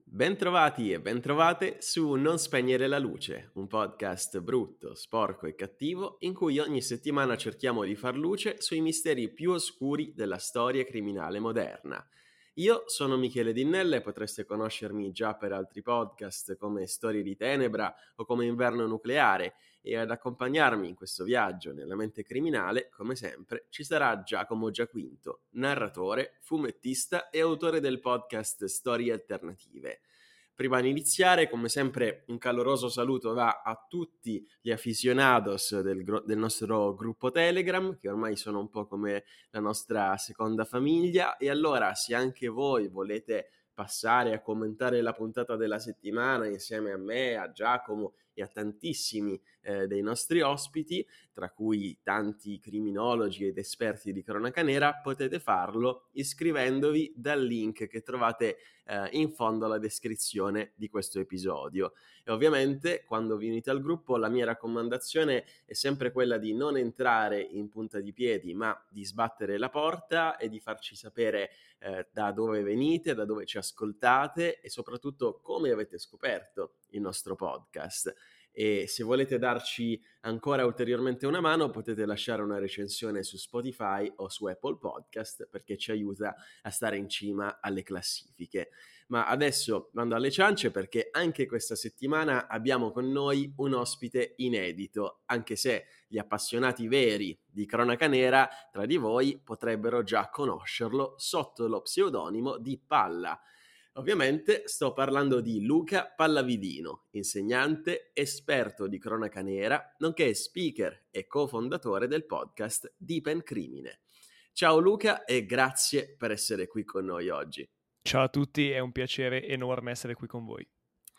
Bentrovati e bentrovate su Non spegnere la luce, un podcast brutto, sporco e cattivo in cui ogni settimana cerchiamo di far luce sui misteri più oscuri della storia criminale moderna. Io sono Michele Dinnella e potreste conoscermi già per altri podcast come Storie di Tenebra o come Inverno Nucleare, e ad accompagnarmi in questo viaggio nella mente criminale, come sempre, ci sarà Giacomo Giaquinto, narratore, fumettista e autore del podcast Storie Alternative. Prima di iniziare, come sempre, un caloroso saluto va a tutti gli aficionados del nostro gruppo Telegram, che ormai sono un po' come la nostra seconda famiglia. E allora, se anche voi volete passare a commentare la puntata della settimana insieme a me, a Giacomo e a tantissimi dei nostri ospiti, tra cui tanti criminologi ed esperti di cronaca nera, potete farlo iscrivendovi dal link che trovate in fondo alla descrizione di questo episodio. E ovviamente, quando vi unite al gruppo, la mia raccomandazione è sempre quella di non entrare in punta di piedi, ma di sbattere la porta e di farci sapere da dove venite, da dove ci ascoltate e soprattutto come avete scoperto il nostro podcast. E se volete darci ancora ulteriormente una mano, potete lasciare una recensione su Spotify o su Apple Podcast, perché ci aiuta a stare in cima alle classifiche. Ma adesso mando alle ciance, perché anche questa settimana abbiamo con noi un ospite inedito, anche se gli appassionati veri di cronaca nera tra di voi potrebbero già conoscerlo sotto lo pseudonimo di Palla. Ovviamente sto parlando di Luca Pallavidino, insegnante, esperto di cronaca nera, nonché speaker e cofondatore del podcast Deep and Crimine. Ciao Luca e grazie per essere qui con noi oggi. Ciao a tutti, è un piacere enorme essere qui con voi.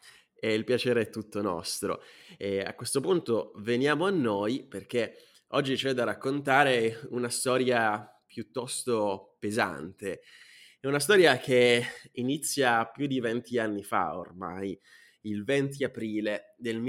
E il piacere è tutto nostro. E a questo punto veniamo a noi, perché oggi c'è da raccontare una storia piuttosto pesante. È una storia che inizia più di 20 anni fa ormai, il 20 aprile del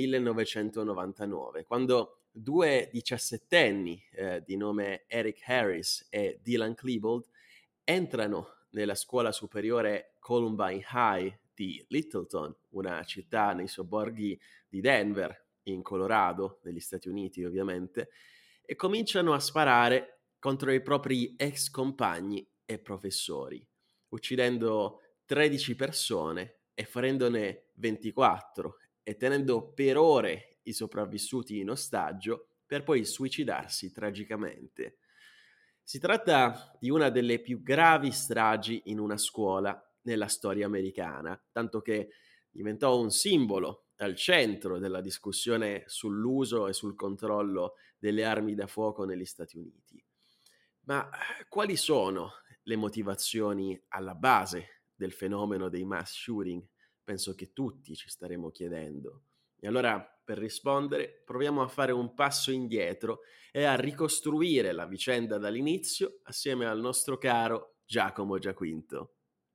1999, quando due diciassettenni di nome Eric Harris e Dylan Klebold entrano nella scuola superiore Columbine High di Littleton, una città nei sobborghi di Denver, in Colorado, negli Stati Uniti ovviamente, e cominciano a sparare contro i propri ex compagni e professori, uccidendo 13 persone e ferendone 24 e tenendo per ore i sopravvissuti in ostaggio per poi suicidarsi tragicamente. Si tratta di una delle più gravi stragi in una scuola nella storia americana, tanto che diventò un simbolo al centro della discussione sull'uso e sul controllo delle armi da fuoco negli Stati Uniti. Ma quali sono le motivazioni alla base del fenomeno dei mass shooting? Penso che tutti ci staremo chiedendo. E allora, per rispondere, proviamo a fare un passo indietro e a ricostruire la vicenda dall'inizio assieme al nostro caro Giacomo Giaquinto.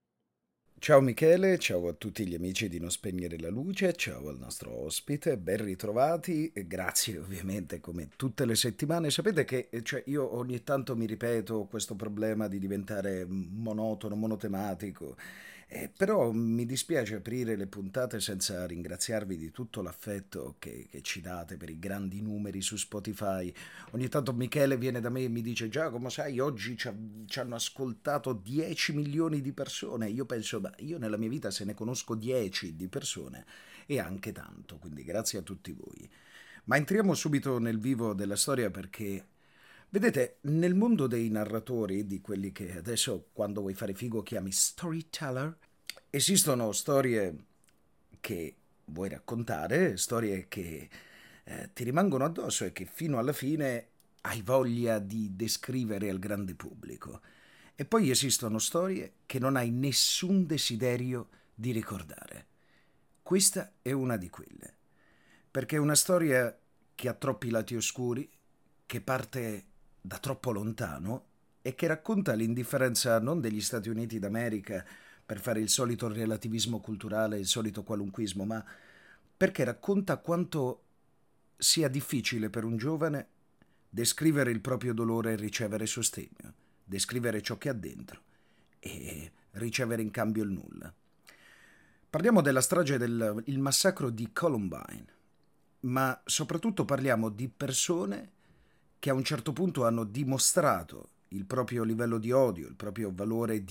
Ciao Michele, ciao a tutti gli amici di Non Spegnere la Luce, ciao al nostro ospite, ben ritrovati e grazie ovviamente come tutte le settimane. Sapete che io ogni tanto mi ripeto questo problema di diventare monotono, monotematico, però mi dispiace aprire le puntate senza ringraziarvi di tutto l'affetto che ci date per i grandi numeri su Spotify. Ogni tanto Michele viene da me e mi dice: Giacomo, sai, oggi ci hanno ascoltato 10 milioni di persone. Io penso, beh, io nella mia vita se ne conosco 10 di persone e anche tanto, quindi grazie a tutti voi. Ma entriamo subito nel vivo della storia perché, vedete, nel mondo dei narratori, di quelli che adesso quando vuoi fare figo chiami storyteller, esistono storie che vuoi raccontare, storie che ti rimangono addosso e che fino alla fine hai voglia di descrivere al grande pubblico. E poi esistono storie che non hai nessun desiderio di ricordare. Questa è una di quelle, perché è una storia che ha troppi lati oscuri, che parte da troppo lontano e che racconta l'indifferenza non degli Stati Uniti d'America per fare il solito relativismo culturale, il solito qualunquismo, ma perché racconta quanto sia difficile per un giovane descrivere il proprio dolore e ricevere sostegno, descrivere ciò che ha dentro e ricevere in cambio il nulla. Parliamo della strage il massacro di Columbine, ma soprattutto parliamo di persone che a un certo punto hanno dimostrato il proprio livello di odio, il proprio valore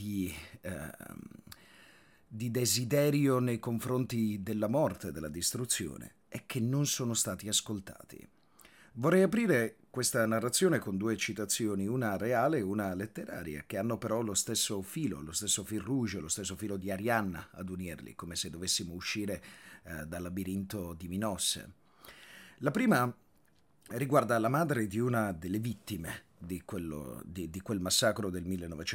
di desiderio nei confronti della morte, della distruzione, e che non sono stati ascoltati. Vorrei aprire questa narrazione con due citazioni, una reale e una letteraria, che hanno però lo stesso fil rouge, lo stesso filo di Arianna ad unirli, come se dovessimo uscire dal labirinto di Minosse. La prima riguarda la madre di una delle vittime di quel massacro del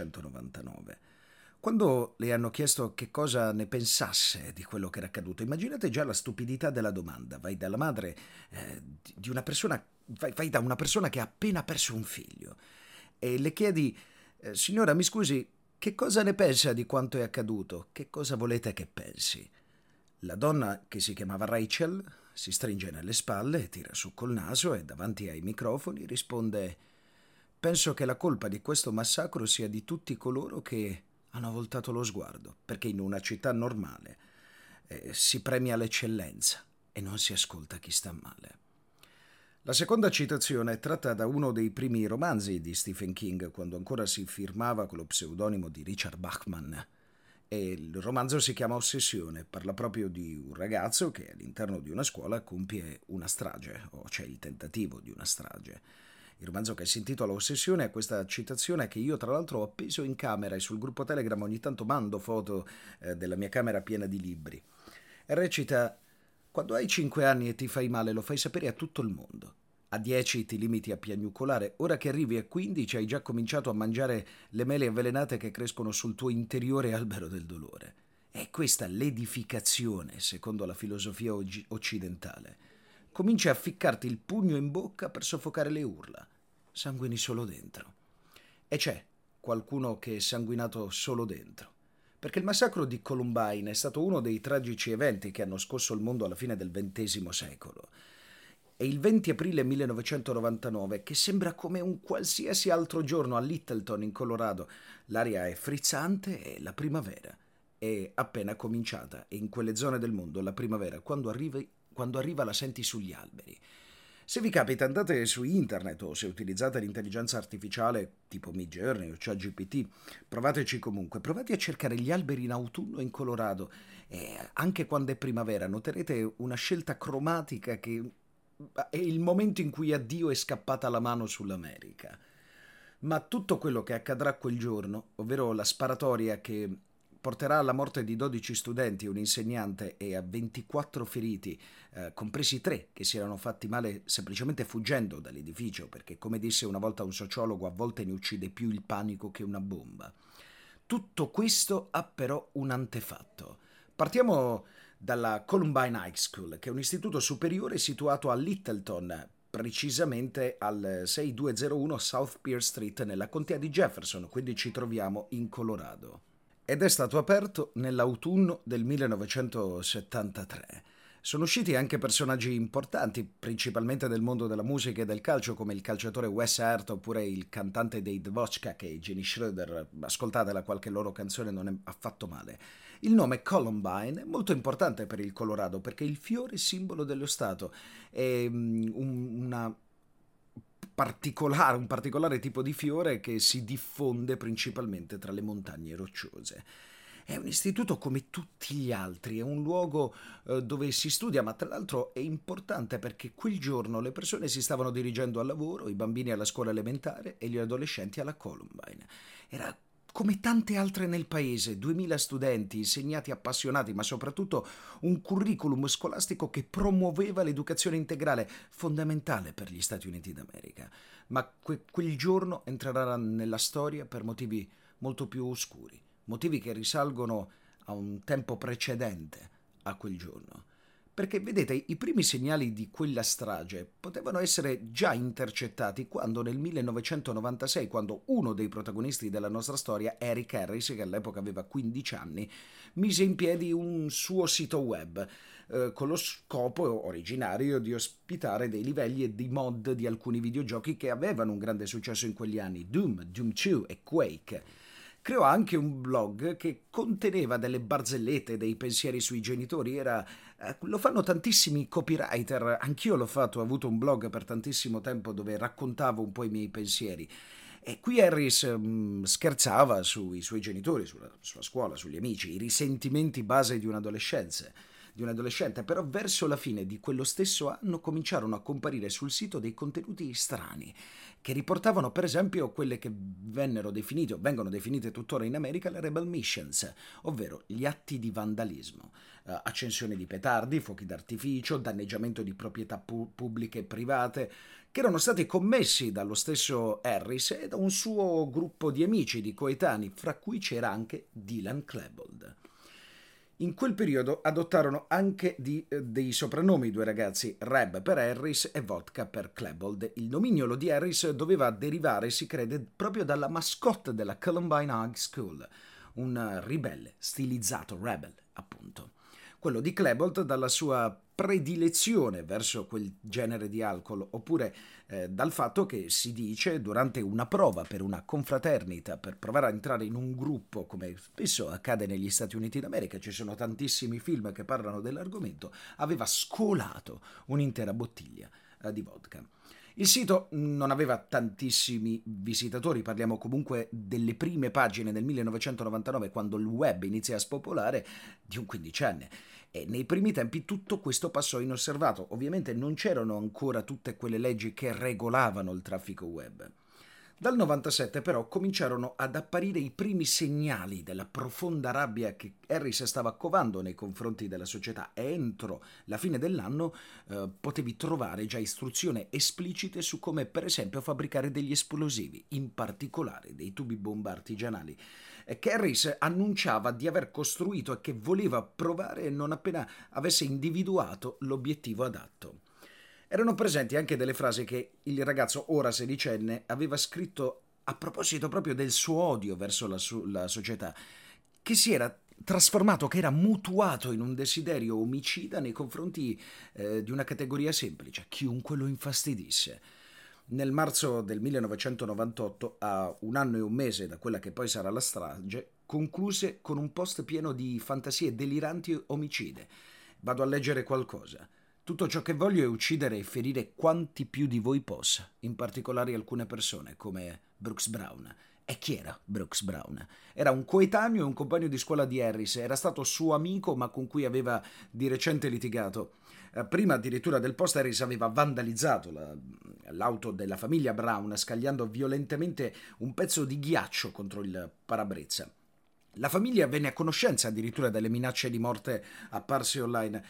1999. Quando le hanno chiesto che cosa ne pensasse di quello che era accaduto, immaginate già la stupidità della domanda. Vai dalla madre di una persona, vai da una persona che ha appena perso un figlio e le chiedi, signora, mi scusi, che cosa ne pensa di quanto è accaduto? Che cosa volete che pensi? La donna, che si chiamava Rachel, si stringe nelle spalle, tira su col naso e davanti ai microfoni risponde: penso che la colpa di questo massacro sia di tutti coloro che hanno voltato lo sguardo, perché in una città normale si premia l'eccellenza e non si ascolta chi sta male. La seconda citazione è tratta da uno dei primi romanzi di Stephen King, quando ancora si firmava con lo pseudonimo di Richard Bachman. E il romanzo si chiama Ossessione, parla proprio di un ragazzo che all'interno di una scuola compie una strage, o c'è il tentativo di una strage. Il romanzo, che si intitola Ossessione, ha questa citazione che io tra l'altro ho appeso in camera, e sul gruppo Telegram ogni tanto mando foto della mia camera piena di libri. E recita: quando hai 5 anni e ti fai male lo fai sapere a tutto il mondo. A 10 ti limiti a piagnucolare, ora che arrivi a 15 hai già cominciato a mangiare le mele avvelenate che crescono sul tuo interiore albero del dolore. È questa l'edificazione, secondo la filosofia occidentale. Cominci a ficcarti il pugno in bocca per soffocare le urla. Sanguini solo dentro. E c'è qualcuno che è sanguinato solo dentro. Perché il massacro di Columbine è stato uno dei tragici eventi che hanno scosso il mondo alla fine del XX secolo. È il 20 aprile 1999, che sembra come un qualsiasi altro giorno a Littleton, in Colorado. L'aria è frizzante e la primavera è appena cominciata, e in quelle zone del mondo la primavera, quando arriva, la senti sugli alberi. Se vi capita, andate su internet, o se utilizzate l'intelligenza artificiale tipo Midjourney o ChatGPT, provateci comunque, provate a cercare gli alberi in autunno in Colorado, e anche quando è primavera noterete una scelta cromatica che è il momento in cui a Dio è scappata la mano sull'America. Ma tutto quello che accadrà quel giorno, ovvero la sparatoria che porterà alla morte di 12 studenti e un insegnante e a 24 feriti, compresi 3 che si erano fatti male semplicemente fuggendo dall'edificio, perché, come disse una volta un sociologo, a volte ne uccide più il panico che una bomba. Tutto questo ha però un antefatto. Partiamo dalla Columbine High School, che è un istituto superiore situato a Littleton, precisamente al 6201 South Pierce Street nella contea di Jefferson, quindi ci troviamo in Colorado. Ed è stato aperto nell'autunno del 1973. Sono usciti anche personaggi importanti, principalmente del mondo della musica e del calcio, come il calciatore Wes Hart oppure il cantante dei The Vodka, che è Jenny Schroeder. Ascoltatela, qualche loro canzone non è affatto male. Il nome Columbine è molto importante per il Colorado, perché il fiore simbolo dello stato è un particolare tipo di fiore che si diffonde principalmente tra le montagne rocciose. È un istituto come tutti gli altri, è un luogo dove si studia, ma tra l'altro è importante perché quel giorno le persone si stavano dirigendo al lavoro, i bambini alla scuola elementare e gli adolescenti alla Columbine. Era come tante altre nel paese, 2000 studenti, insegnati appassionati, ma soprattutto un curriculum scolastico che promuoveva l'educazione integrale, fondamentale per gli Stati Uniti d'America. Ma quel giorno entrerà nella storia per motivi molto più oscuri, motivi che risalgono a un tempo precedente a quel giorno. Perché, vedete, i primi segnali di quella strage potevano essere già intercettati quando nel 1996, quando uno dei protagonisti della nostra storia, Eric Harris, che all'epoca aveva 15 anni, mise in piedi un suo sito web con lo scopo originario di ospitare dei livelli e di mod di alcuni videogiochi che avevano un grande successo in quegli anni: Doom, Doom 2 e Quake. creò anche un blog che conteneva delle barzellette, dei pensieri sui genitori. Lo fanno tantissimi copywriter, anch'io l'ho fatto, ho avuto un blog per tantissimo tempo dove raccontavo un po' i miei pensieri. E qui Harris scherzava sui suoi genitori, sulla sua scuola, sugli amici, i risentimenti base di un'adolescente, però verso la fine di quello stesso anno cominciarono a comparire sul sito dei contenuti strani, che riportavano per esempio quelle che vengono definite tuttora in America le rebel missions, ovvero gli atti di vandalismo, accensione di petardi, fuochi d'artificio, danneggiamento di proprietà pubbliche e private, che erano stati commessi dallo stesso Harris e da un suo gruppo di amici, di coetanei, fra cui c'era anche Dylan Klebold. In quel periodo adottarono anche dei soprannomi i due ragazzi, Reb per Harris e Vodka per Klebold. Il nomignolo di Harris doveva derivare, si crede, proprio dalla mascotte della Columbine High School, un ribelle, stilizzato rebel, appunto. Quello di Klebold dalla sua predilezione verso quel genere di alcol, oppure dal fatto che si dice durante una prova per una confraternita, per provare a entrare in un gruppo, come spesso accade negli Stati Uniti d'America, ci sono tantissimi film che parlano dell'argomento, aveva scolato un'intera bottiglia di vodka. Il sito non aveva tantissimi visitatori, parliamo comunque delle prime pagine del 1999, quando il web inizia a spopolare, di un quindicenne. E nei primi tempi tutto questo passò inosservato. Ovviamente non c'erano ancora tutte quelle leggi che regolavano il traffico web. Dal 97 però cominciarono ad apparire i primi segnali della profonda rabbia che Harris stava covando nei confronti della società, e entro la fine dell'anno potevi trovare già istruzioni esplicite su come per esempio fabbricare degli esplosivi, in particolare dei tubi bomba artigianali, che Harris annunciava di aver costruito e che voleva provare non appena avesse individuato l'obiettivo adatto. Erano presenti anche delle frasi che il ragazzo, ora sedicenne, aveva scritto a proposito proprio del suo odio verso la società, che si era trasformato, che era mutuato in un desiderio omicida nei confronti di una categoria semplice, chiunque lo infastidisse. Nel marzo del 1998, a un anno e un mese da quella che poi sarà la strage, concluse con un post pieno di fantasie deliranti omicide. Vado a leggere qualcosa. Tutto ciò che voglio è uccidere e ferire quanti più di voi possa, in particolare alcune persone, come Brooks Brown. E chi era Brooks Brown? Era un coetaneo e un compagno di scuola di Harris, era stato suo amico ma con cui aveva di recente litigato. Prima addirittura del post Harris aveva vandalizzato l'auto della famiglia Brown, scagliando violentemente un pezzo di ghiaccio contro il parabrezza. La famiglia venne a conoscenza addirittura delle minacce di morte apparse online.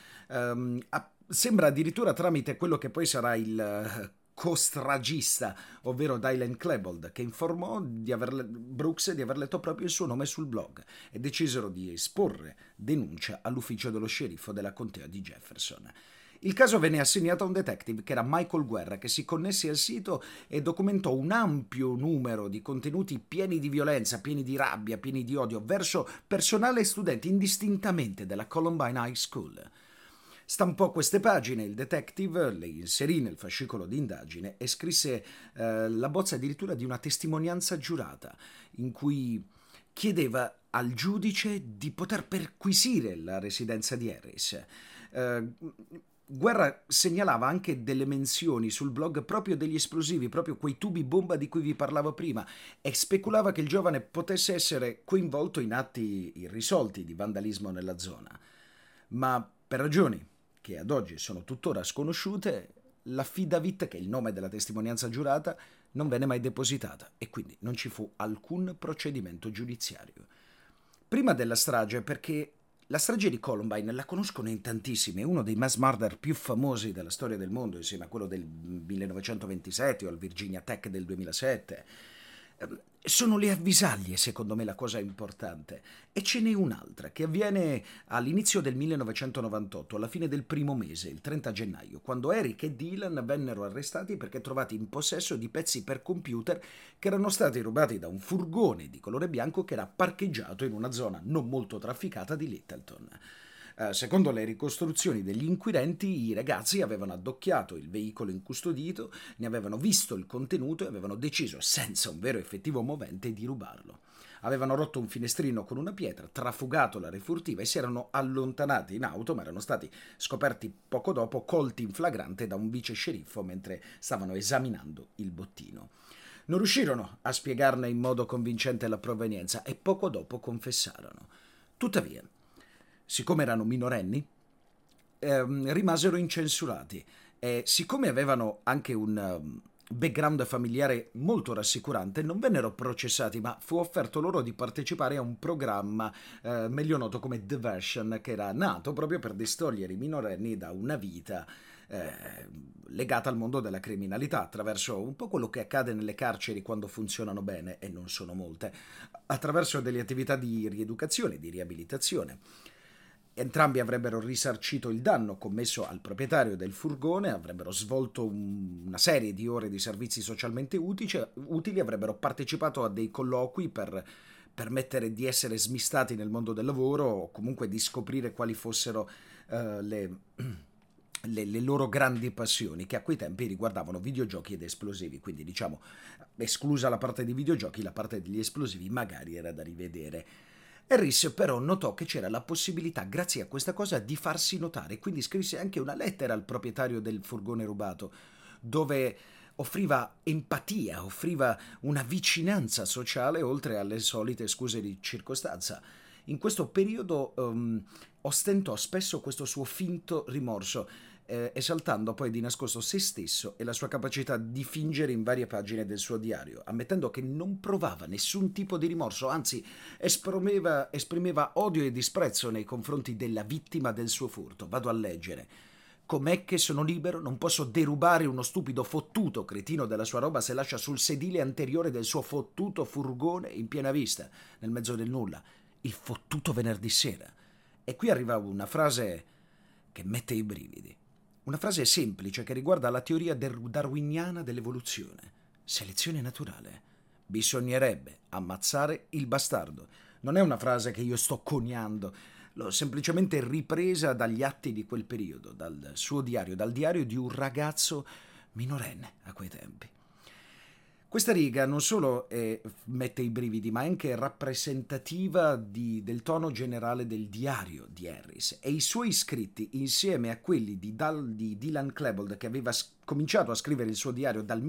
Sembra addirittura tramite quello che poi sarà il co-stragista, ovvero Dylan Klebold, che informò Brooks di aver letto proprio il suo nome sul blog, e decisero di esporre denuncia all'ufficio dello sceriffo della contea di Jefferson. Il caso venne assegnato a un detective che era Michael Guerra, che si connesse al sito e documentò un ampio numero di contenuti pieni di violenza, pieni di rabbia, pieni di odio verso personale e studenti indistintamente della Columbine High School. Stampò queste pagine, il detective le inserì nel fascicolo di indagine e scrisse la bozza addirittura di una testimonianza giurata, in cui chiedeva al giudice di poter perquisire la residenza di Harris. Guerra segnalava anche delle menzioni sul blog proprio degli esplosivi, proprio quei tubi bomba di cui vi parlavo prima, e speculava che il giovane potesse essere coinvolto in atti irrisolti di vandalismo nella zona. Ma per ragioni che ad oggi sono tuttora sconosciute, l'affidavit, che è il nome della testimonianza giurata, non venne mai depositata e quindi non ci fu alcun procedimento giudiziario. Prima della strage, perché la strage di Columbine la conoscono in tantissimi, è uno dei mass murder più famosi della storia del mondo, insieme a quello del 1927 o al Virginia Tech del 2007. Sono le avvisaglie, secondo me, la cosa importante. E ce n'è un'altra che avviene all'inizio del 1998, alla fine del primo mese, il 30 gennaio, quando Eric e Dylan vennero arrestati perché trovati in possesso di pezzi per computer che erano stati rubati da un furgone di colore bianco che era parcheggiato in una zona non molto trafficata di Littleton. Secondo le ricostruzioni degli inquirenti, i ragazzi avevano addocchiato il veicolo incustodito, ne avevano visto il contenuto e avevano deciso, senza un vero effettivo movente, di rubarlo. avevano rotto un finestrino con una pietra, trafugato la refurtiva e si erano allontanati in auto, ma erano stati scoperti poco dopo, colti in flagrante da un vice sceriffo mentre stavano esaminando il bottino. Non riuscirono a spiegarne in modo convincente la provenienza e poco dopo confessarono. Tuttavia, siccome erano minorenni, rimasero incensurati e siccome avevano anche un background familiare molto rassicurante, non vennero processati, ma fu offerto loro di partecipare a un programma meglio noto come Diversion, che era nato proprio per distogliere i minorenni da una vita legata al mondo della criminalità, attraverso un po' quello che accade nelle carceri quando funzionano bene, e non sono molte, attraverso delle attività di rieducazione, di riabilitazione. Entrambi avrebbero risarcito il danno commesso al proprietario del furgone, avrebbero svolto una serie di ore di servizi socialmente utili, avrebbero partecipato a dei colloqui per permettere di essere smistati nel mondo del lavoro o comunque di scoprire quali fossero le loro grandi passioni, che a quei tempi riguardavano videogiochi ed esplosivi, quindi diciamo, esclusa la parte di videogiochi, la parte degli esplosivi magari era da rivedere. Harris però notò che c'era la possibilità, grazie a questa cosa, di farsi notare, quindi scrisse anche una lettera al proprietario del furgone rubato, dove offriva empatia, offriva una vicinanza sociale, oltre alle solite scuse di circostanza. In questo periodo ostentò spesso questo suo finto rimorso, esaltando poi di nascosto se stesso e la sua capacità di fingere in varie pagine del suo diario, ammettendo che non provava nessun tipo di rimorso, anzi esprimeva odio e disprezzo nei confronti della vittima del suo furto. Vado a leggere. Com'è che sono libero? Non posso derubare uno stupido fottuto cretino della sua roba se lascia sul sedile anteriore del suo fottuto furgone in piena vista, nel mezzo del nulla. Il fottuto venerdì sera. E qui arriva una frase che mette i brividi. Una frase semplice che riguarda la teoria darwiniana dell'evoluzione. Selezione naturale. Bisognerebbe ammazzare il bastardo. Non è una frase che io sto coniando, l'ho semplicemente ripresa dagli atti di quel periodo, dal suo diario, dal diario di un ragazzo minorenne a quei tempi. Questa riga non solo mette i brividi, ma è anche rappresentativa del tono generale del diario di Harris, e i suoi scritti, insieme a quelli di Dylan Klebold, che aveva cominciato a scrivere il suo diario dal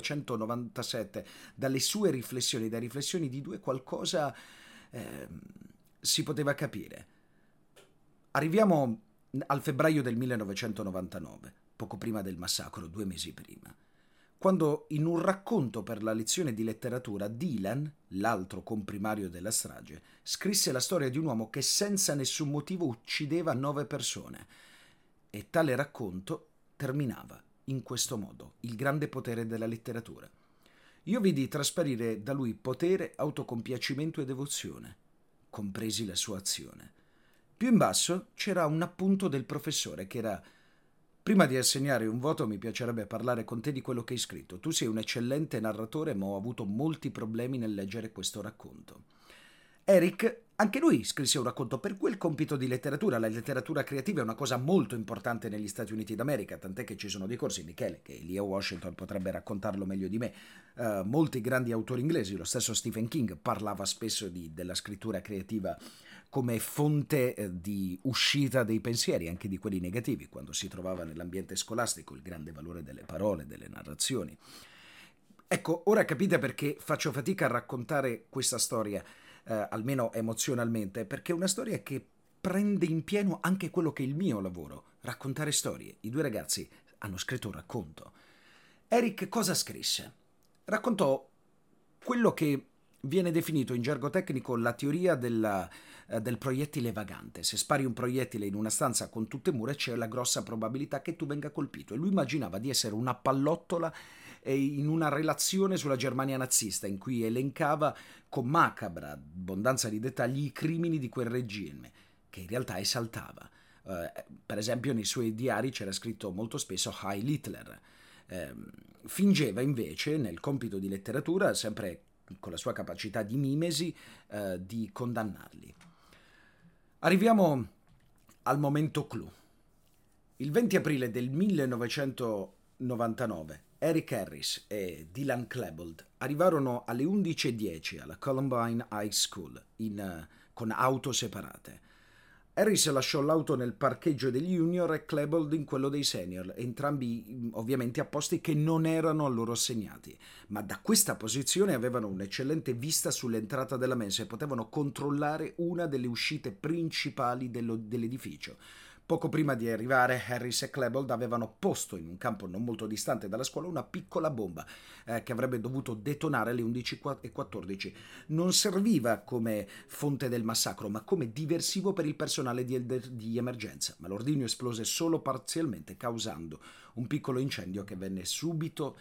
1997, dalle sue riflessioni, da riflessioni di due, qualcosa si poteva capire. Arriviamo al febbraio del 1999, poco prima del massacro, 2 mesi prima, quando in un racconto per la lezione di letteratura Dylan, l'altro comprimario della strage, scrisse la storia di un uomo che senza nessun motivo uccideva 9 persone. E tale racconto terminava in questo modo: il grande potere della letteratura. Io vidi trasparire da lui potere, autocompiacimento e devozione, compresi la sua azione. Più in basso c'era un appunto del professore che era: prima di assegnare un voto mi piacerebbe parlare con te di quello che hai scritto. Tu sei un eccellente narratore, ma ho avuto molti problemi nel leggere questo racconto. Eric, anche lui scrisse un racconto per quel compito di letteratura. La letteratura creativa è una cosa molto importante negli Stati Uniti d'America, tant'è che ci sono dei corsi. Michele, che è lì a Washington, potrebbe raccontarlo meglio di me. Molti grandi autori inglesi, lo stesso Stephen King, parlava spesso della scrittura creativa come fonte di uscita dei pensieri, anche di quelli negativi, quando si trovava nell'ambiente scolastico il grande valore delle parole, delle narrazioni. Ecco, ora capite perché faccio fatica a raccontare questa storia, almeno emozionalmente, perché è una storia che prende in pieno anche quello che è il mio lavoro, raccontare storie. I due ragazzi hanno scritto un racconto. Eric cosa scrisse? Raccontò quello che viene definito in gergo tecnico la teoria del proiettile vagante. Se spari un proiettile in una stanza con tutte mura, c'è la grossa probabilità che tu venga colpito. E lui immaginava di essere una pallottola in una relazione sulla Germania nazista, in cui elencava con macabra abbondanza di dettagli i crimini di quel regime, che in realtà esaltava. Per esempio nei suoi diari c'era scritto molto spesso Heil Hitler. Fingeva invece, nel compito di letteratura, sempre con la sua capacità di mimesi, di condannarli. Arriviamo al momento clou. Il 20 aprile del 1999 Eric Harris e Dylan Klebold arrivarono alle 11:10 alla Columbine High School con auto separate. Harris lasciò l'auto nel parcheggio degli junior e Klebold in quello dei senior, entrambi ovviamente a posti che non erano a loro assegnati, ma da questa posizione avevano un'eccellente vista sull'entrata della mensa e potevano controllare una delle uscite principali dell'edificio. Poco prima di arrivare, Harris e Klebold avevano posto in un campo non molto distante dalla scuola una piccola bomba che avrebbe dovuto detonare alle 11:14. Non serviva come fonte del massacro, ma come diversivo per il personale di emergenza. Ma l'ordigno esplose solo parzialmente, causando un piccolo incendio che venne subito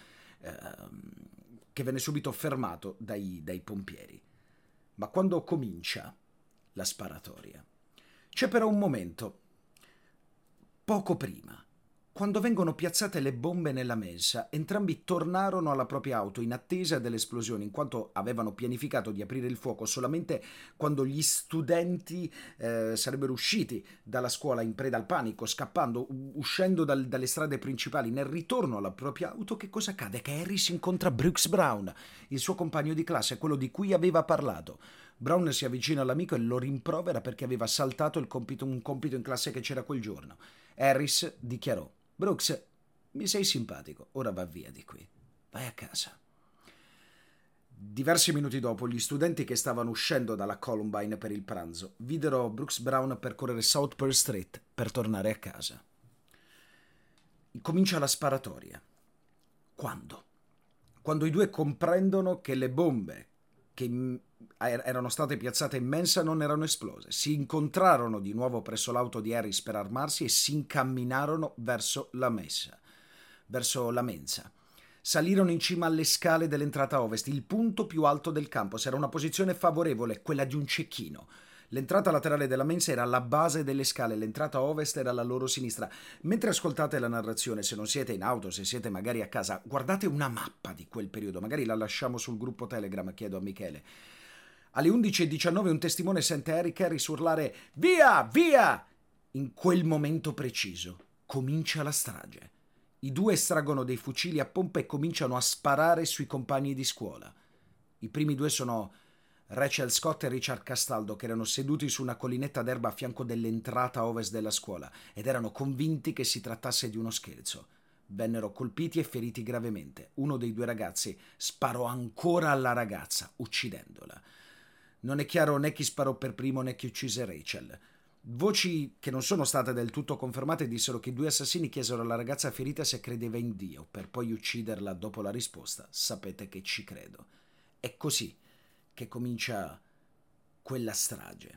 fermato dai pompieri. Ma quando comincia la sparatoria, c'è però un momento. Poco prima, quando vengono piazzate le bombe nella mensa, entrambi tornarono alla propria auto in attesa dell'esplosione, in quanto avevano pianificato di aprire il fuoco solamente quando gli studenti sarebbero usciti dalla scuola in preda al panico, uscendo dalle strade principali. Nel ritorno alla propria auto, che cosa accade? Che Harris incontra Brooks Brown, il suo compagno di classe, quello di cui aveva parlato. Brown si avvicina all'amico e lo rimprovera perché aveva saltato un compito in classe che c'era quel giorno. Harris dichiarò: Brooks, mi sei simpatico, ora va via di qui, vai a casa. Diversi minuti dopo, gli studenti che stavano uscendo dalla Columbine per il pranzo videro Brooks Brown percorrere South Pearl Street per tornare a casa. Comincia la sparatoria. Quando? Quando i due comprendono che le bombe che erano state piazzate in mensa non erano esplose. Si incontrarono di nuovo presso l'auto di Harris per armarsi e si incamminarono verso la mensa. Salirono in cima alle scale dell'entrata ovest, il punto più alto del campus. Era una posizione favorevole, quella di un cecchino. L'entrata laterale della mensa era alla base delle scale, l'entrata ovest era alla loro sinistra. Mentre ascoltate la narrazione, se non siete in auto, se siete magari a casa, guardate una mappa di quel periodo, magari la lasciamo sul gruppo Telegram, chiedo a Michele. Alle 11:19 un testimone sente Eric Harris urlare «Via! Via!». In quel momento preciso comincia la strage. I due estraggono dei fucili a pompa e cominciano a sparare sui compagni di scuola. I primi due sono Rachel Scott e Richard Castaldo, che erano seduti su una collinetta d'erba a fianco dell'entrata ovest della scuola ed erano convinti che si trattasse di uno scherzo. Vennero colpiti e feriti gravemente. Uno dei due ragazzi sparò ancora alla ragazza, uccidendola. Non è chiaro né chi sparò per primo né chi uccise Rachel. Voci che non sono state del tutto confermate dissero che i due assassini chiesero alla ragazza ferita se credeva in Dio, per poi ucciderla dopo la risposta «Sapete che ci credo». È così che comincia quella strage.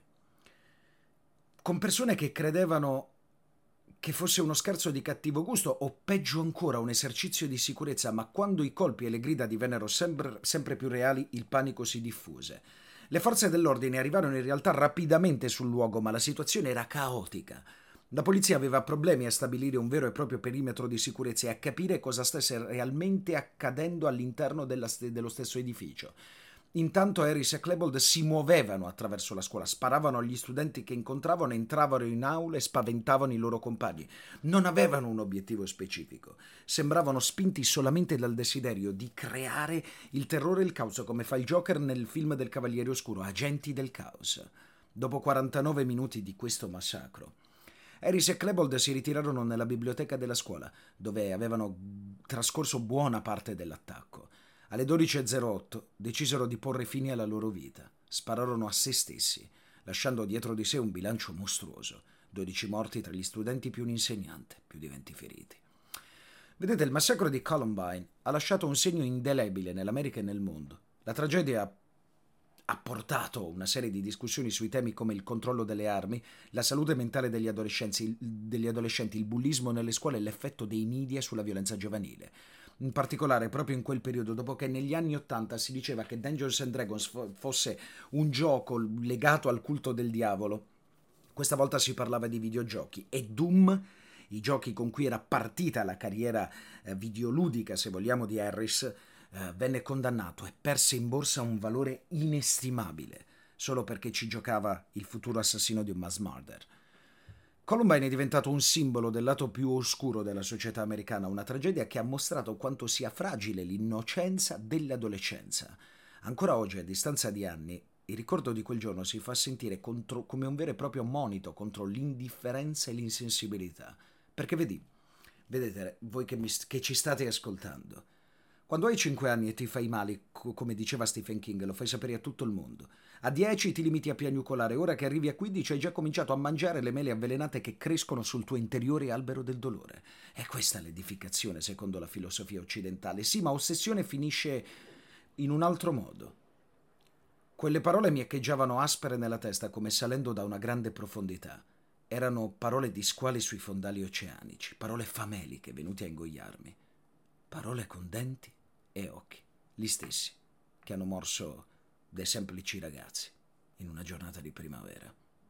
Con persone che credevano che fosse uno scherzo di cattivo gusto o peggio ancora un esercizio di sicurezza, ma quando i colpi e le grida divennero sempre più reali, il panico si diffuse. Le forze dell'ordine arrivarono in realtà rapidamente sul luogo, ma la situazione era caotica. La polizia aveva problemi a stabilire un vero e proprio perimetro di sicurezza e a capire cosa stesse realmente accadendo all'interno dello stesso edificio. Intanto Harris e Klebold si muovevano attraverso la scuola, sparavano agli studenti che incontravano, entravano in aula e spaventavano i loro compagni. Non avevano un obiettivo specifico, sembravano spinti solamente dal desiderio di creare il terrore e il caos, come fa il Joker nel film del Cavaliere Oscuro, Agenti del Caos. Dopo 49 minuti di questo massacro, Harris e Klebold si ritirarono nella biblioteca della scuola, dove avevano trascorso buona parte dell'attacco. Alle 12:08 decisero di porre fine alla loro vita. Spararono a se stessi, lasciando dietro di sé un bilancio mostruoso. 12 morti tra gli studenti più un insegnante, più di 20 feriti. Vedete, il massacro di Columbine ha lasciato un segno indelebile nell'America e nel mondo. La tragedia ha portato una serie di discussioni sui temi come il controllo delle armi, la salute mentale degli adolescenti, il bullismo nelle scuole e l'effetto dei media sulla violenza giovanile. In particolare proprio in quel periodo, dopo che negli anni '80 si diceva che Dungeons and Dragons fosse un gioco legato al culto del diavolo, questa volta si parlava di videogiochi e Doom, i giochi con cui era partita la carriera videoludica, se vogliamo, di Harris, venne condannato e perse in borsa un valore inestimabile solo perché ci giocava il futuro assassino di un mass murder. Columbine è diventato un simbolo del lato più oscuro della società americana, una tragedia che ha mostrato quanto sia fragile l'innocenza dell'adolescenza. Ancora oggi, a distanza di anni, il ricordo di quel giorno si fa sentire come un vero e proprio monito contro l'indifferenza e l'insensibilità. Perché vedete, voi che ci state ascoltando, quando hai 5 anni e ti fai male, come diceva Stephen King, lo fai sapere a tutto il mondo. A 10 ti limiti a piagnucolare, ora che arrivi a 15 hai già cominciato a mangiare le mele avvelenate che crescono sul tuo interiore albero del dolore. È questa l'edificazione secondo la filosofia occidentale. Sì, ma ossessione finisce in un altro modo. Quelle parole mi echeggiavano aspere nella testa come salendo da una grande profondità. Erano parole di squali sui fondali oceanici, parole fameliche venute a ingoiarmi. Parole con denti e occhi, gli stessi che hanno morso dei semplici ragazzi in una giornata di primavera.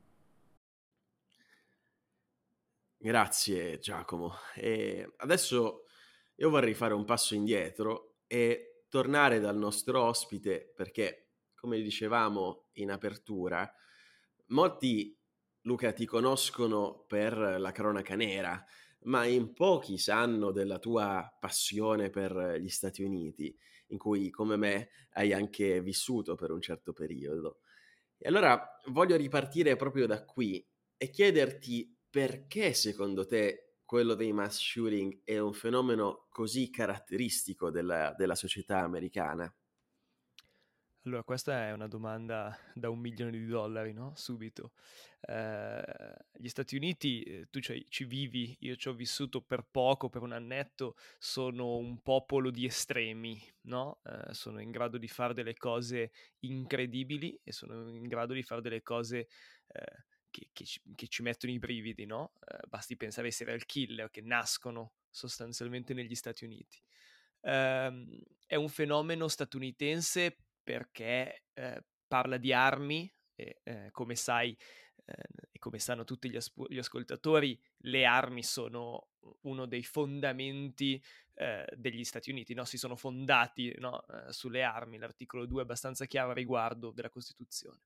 Grazie Giacomo. E adesso io vorrei fare un passo indietro e tornare dal nostro ospite perché, come dicevamo in apertura, molti, Luca, ti conoscono per la cronaca nera, ma in pochi sanno della tua passione per gli Stati Uniti, in cui, come me, hai anche vissuto per un certo periodo. E allora voglio ripartire proprio da qui e chiederti perché secondo te quello dei mass shooting è un fenomeno così caratteristico della società americana? Allora, questa è una domanda da $1 milione, no? Subito. Gli Stati Uniti, tu ci vivi, io ci ho vissuto per poco, per un annetto, sono un popolo di estremi, no? Sono in grado di fare delle cose incredibili e sono in grado di fare delle cose che ci mettono i brividi, no? Basti pensare ai serial killer che nascono sostanzialmente negli Stati Uniti. È un fenomeno statunitense perché parla di armi e come sai e come sanno tutti gli ascoltatori, le armi sono uno dei fondamenti degli Stati Uniti, no? Si sono fondati, no? Sulle armi, l'articolo 2 è abbastanza chiaro a riguardo della Costituzione.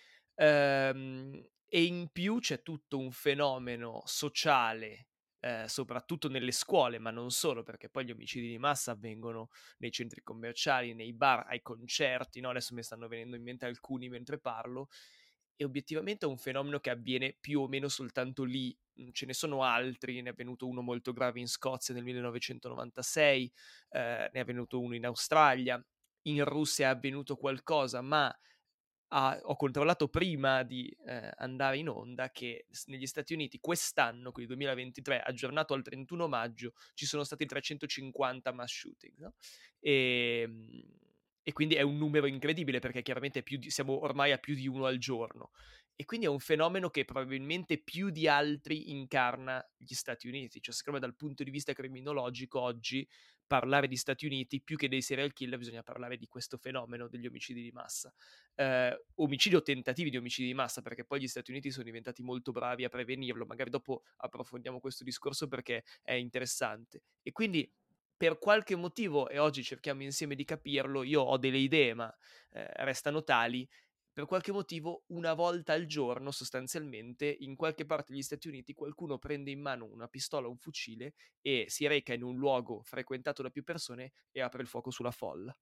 E in più c'è tutto un fenomeno sociale, soprattutto nelle scuole, ma non solo, perché poi gli omicidi di massa avvengono nei centri commerciali, nei bar, ai concerti, no? Adesso mi stanno venendo in mente alcuni mentre parlo, e obiettivamente è un fenomeno che avviene più o meno soltanto lì. Ce ne sono altri, ne è avvenuto uno molto grave in Scozia nel 1996, ne è avvenuto uno in Australia, in Russia è avvenuto qualcosa, ma ho controllato prima di andare in onda che negli Stati Uniti quest'anno, quindi 2023, aggiornato al 31 maggio, ci sono stati 350 mass shooting, no? E, e quindi è un numero incredibile perché chiaramente siamo ormai a più di uno al giorno. E quindi è un fenomeno che probabilmente più di altri incarna gli Stati Uniti. Cioè, secondo me dal punto di vista criminologico oggi parlare di Stati Uniti più che dei serial killer bisogna parlare di questo fenomeno degli omicidi di massa. Omicidi o tentativi di omicidi di massa, perché poi gli Stati Uniti sono diventati molto bravi a prevenirlo. Magari dopo approfondiamo questo discorso perché è interessante. E quindi per qualche motivo, e oggi cerchiamo insieme di capirlo, io ho delle idee, ma restano tali. Per qualche motivo, una volta al giorno, sostanzialmente, in qualche parte degli Stati Uniti, qualcuno prende in mano una pistola o un fucile e si reca in un luogo frequentato da più persone e apre il fuoco sulla folla.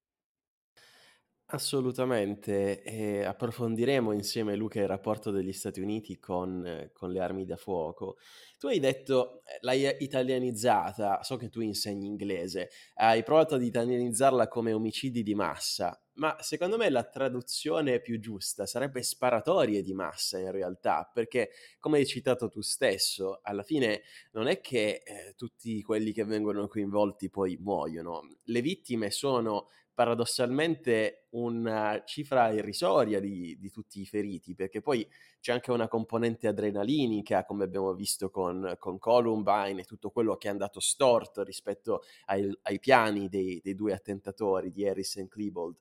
Assolutamente, e approfondiremo insieme, Luca, il rapporto degli Stati Uniti con le armi da fuoco. Tu hai detto, l'hai italianizzata, so che tu insegni inglese, hai provato ad italianizzarla come omicidi di massa, ma secondo me la traduzione più giusta sarebbe sparatorie di massa in realtà, perché come hai citato tu stesso, alla fine non è che tutti quelli che vengono coinvolti poi muoiono, le vittime sono paradossalmente una cifra irrisoria di tutti i feriti, perché poi c'è anche una componente adrenalinica, come abbiamo visto con Columbine e tutto quello che è andato storto rispetto ai piani dei due attentatori di Harris e Klebold.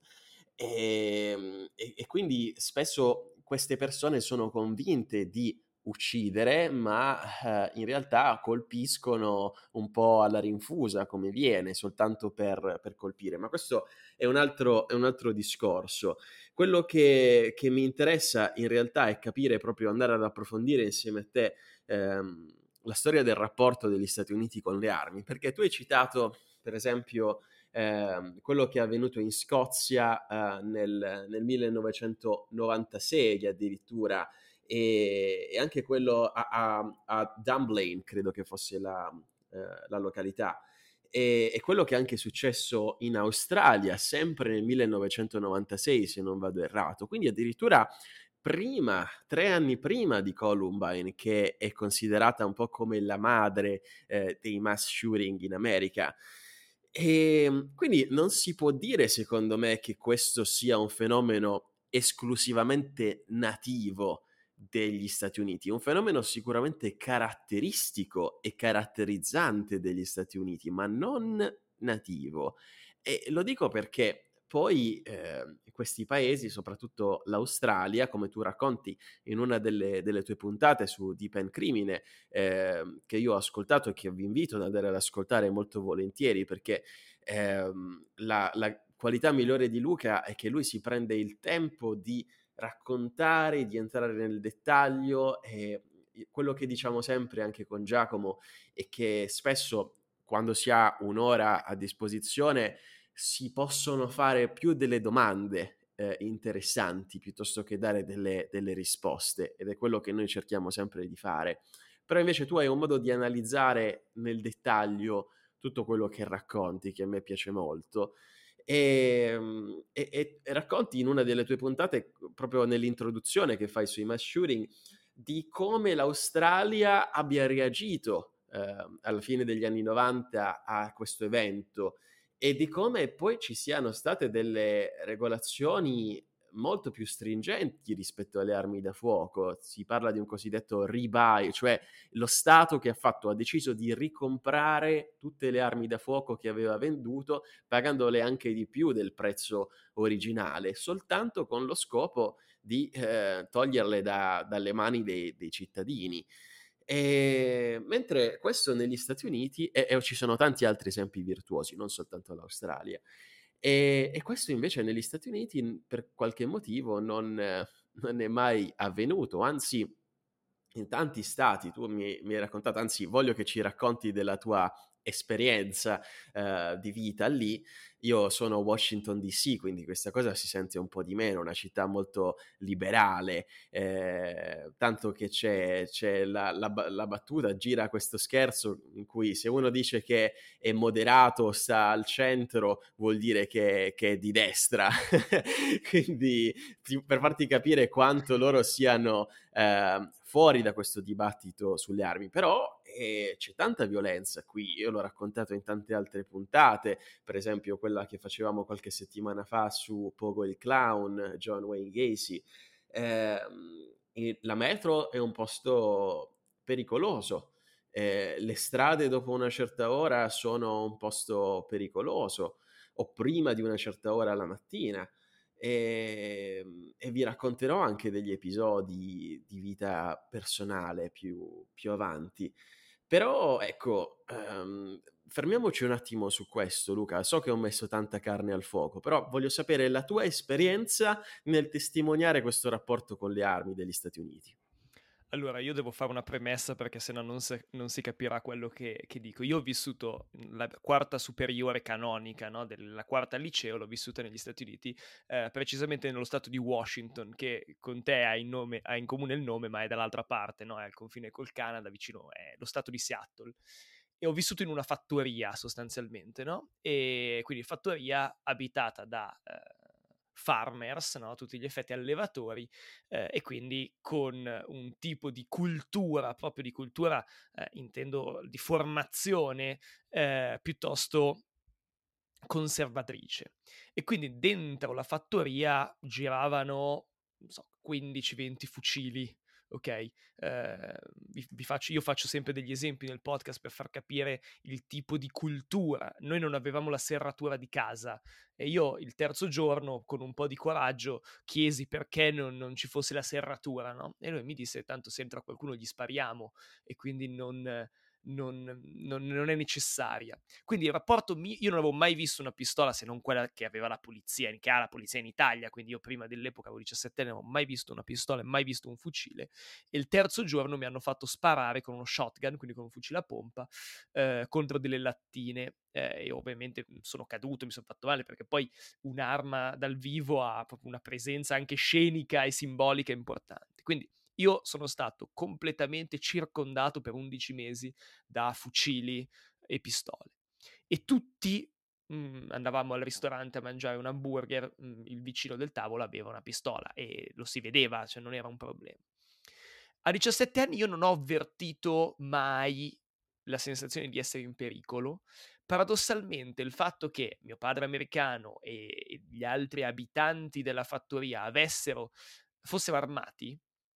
E quindi spesso queste persone sono convinte di uccidere, ma in realtà colpiscono un po' alla rinfusa, come viene, soltanto per colpire. Ma questo è un altro discorso. Quello che mi interessa in realtà è capire, proprio andare ad approfondire insieme a te la storia del rapporto degli Stati Uniti con le armi, perché tu hai citato, per esempio, quello che è avvenuto in Scozia nel 1996 addirittura, e anche quello a Dunblane, credo che fosse la località, e quello che è anche successo in Australia, sempre nel 1996, se non vado errato. Quindi addirittura prima, 3 anni prima di Columbine, che è considerata un po' come la madre dei mass shooting in America. E quindi non si può dire, secondo me, che questo sia un fenomeno esclusivamente nativo degli Stati Uniti, un fenomeno sicuramente caratteristico e caratterizzante degli Stati Uniti, ma non nativo. E lo dico perché poi questi paesi, soprattutto l'Australia, come tu racconti in una delle tue puntate su Deep End Crimine, che io ho ascoltato e che vi invito ad andare ad ascoltare molto volentieri, perché la qualità migliore di Luca è che lui si prende il tempo di raccontare, di entrare nel dettaglio, e quello che diciamo sempre anche con Giacomo è che spesso quando si ha un'ora a disposizione si possono fare più delle domande interessanti piuttosto che dare delle risposte, ed è quello che noi cerchiamo sempre di fare. Però invece tu hai un modo di analizzare nel dettaglio tutto quello che racconti, che a me piace molto. E racconti in una delle tue puntate, proprio nell'introduzione che fai sui mass shooting, di come l'Australia abbia reagito alla fine degli anni 90 a questo evento, e di come poi ci siano state delle regolazioni molto più stringenti rispetto alle armi da fuoco. Si parla di un cosiddetto rebuy, cioè lo Stato che ha deciso di ricomprare tutte le armi da fuoco che aveva venduto, pagandole anche di più del prezzo originale, soltanto con lo scopo di toglierle dalle mani dei cittadini. Mentre questo negli Stati Uniti, e ci sono tanti altri esempi virtuosi, non soltanto l'Australia, e questo invece negli Stati Uniti per qualche motivo non è mai avvenuto, anzi in tanti stati, tu mi hai raccontato, anzi voglio che ci racconti della tua esperienza di vita lì. Io sono a Washington DC, quindi questa cosa si sente un po' di meno, una città molto liberale, tanto che c'è la battuta, gira questo scherzo in cui se uno dice che è moderato, sta al centro, vuol dire che è di destra. Quindi per farti capire quanto loro siano fuori da questo dibattito sulle armi. Però c'è tanta violenza qui, io l'ho raccontato in tante altre puntate, per esempio quella che facevamo qualche settimana fa su Pogo il Clown, John Wayne Gacy. E la metro è un posto pericoloso, le strade dopo una certa ora sono un posto pericoloso, o prima di una certa ora la mattina. E vi racconterò anche degli episodi di vita personale più avanti. Però ecco, fermiamoci un attimo su questo, Luca. So che ho messo tanta carne al fuoco, però voglio sapere la tua esperienza nel testimoniare questo rapporto con le armi degli Stati Uniti. Allora, io devo fare una premessa perché sennò non si capirà quello che dico. Io ho vissuto la quarta superiore canonica, no? La quarta al liceo, l'ho vissuta negli Stati Uniti, precisamente nello stato di Washington, che con te ha in comune il nome, ma è dall'altra parte, no? È al confine col Canada, vicino, è lo stato di Seattle. E ho vissuto in una fattoria sostanzialmente, no? E quindi fattoria abitata da farmers, no? A tutti gli effetti allevatori, e quindi con un tipo di cultura, proprio di cultura, intendo di formazione, piuttosto conservatrice. E quindi dentro la fattoria giravano, non so, 15-20 fucili, ok? Io faccio sempre degli esempi nel podcast per far capire il tipo di cultura. Noi non avevamo la serratura di casa e io il terzo giorno, con un po' di coraggio, chiesi perché non ci fosse la serratura, no? E lui mi disse, tanto se entra qualcuno gli spariamo, e quindi non è necessaria. Quindi il rapporto io non avevo mai visto una pistola se non quella che aveva la polizia, che ha la polizia in Italia, quindi io prima dell'epoca avevo 17 anni, non avevo mai visto una pistola e mai visto un fucile, e il terzo giorno mi hanno fatto sparare con uno shotgun, quindi con un fucile a pompa, contro delle lattine, e ovviamente sono caduto, mi sono fatto male, perché poi un'arma dal vivo ha proprio una presenza anche scenica e simbolica importante. Quindi io sono stato completamente circondato per 11 mesi da fucili e pistole. E tutti andavamo al ristorante a mangiare un hamburger, il vicino del tavolo aveva una pistola e lo si vedeva, cioè non era un problema. A 17 anni io non ho avvertito mai la sensazione di essere in pericolo. Paradossalmente il fatto che mio padre americano e gli altri abitanti della fattoria fossero armati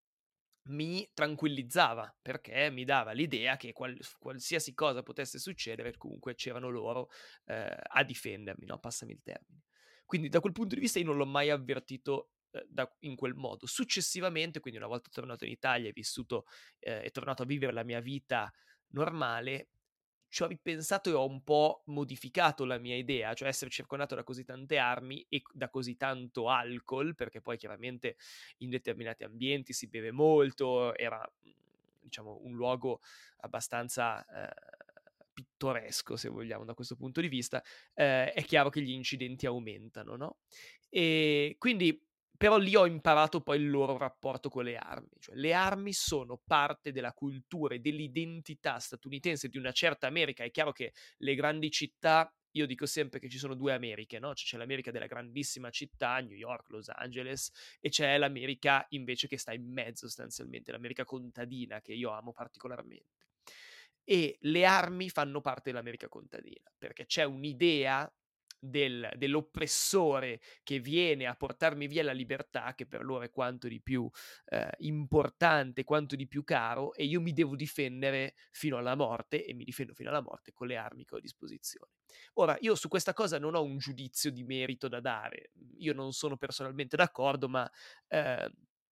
mi tranquillizzava, perché mi dava l'idea che qualsiasi cosa potesse succedere, comunque c'erano loro a difendermi, no? Passami il termine. Quindi da quel punto di vista io non l'ho mai avvertito in quel modo. Successivamente, quindi una volta tornato in Italia e tornato a vivere la mia vita normale, ci ho ripensato e ho un po' modificato la mia idea, cioè essere circondato da così tante armi e da così tanto alcol, perché poi chiaramente in determinati ambienti si beve molto, era diciamo un luogo abbastanza pittoresco, se vogliamo, da questo punto di vista, è chiaro che gli incidenti aumentano, no? E quindi però lì ho imparato poi il loro rapporto con le armi, cioè le armi sono parte della cultura e dell'identità statunitense di una certa America. È chiaro che le grandi città, io dico sempre che ci sono due Americhe, no? C'è l'America della grandissima città, New York, Los Angeles, e c'è l'America invece che sta in mezzo sostanzialmente, l'America contadina che io amo particolarmente. E le armi fanno parte dell'America contadina, perché c'è un'idea dell'oppressore che viene a portarmi via la libertà, che per loro è quanto di più importante, quanto di più caro, e io mi devo difendere fino alla morte, e mi difendo fino alla morte con le armi che ho a disposizione. Ora, io su questa cosa non ho un giudizio di merito da dare, io non sono personalmente d'accordo, ma eh,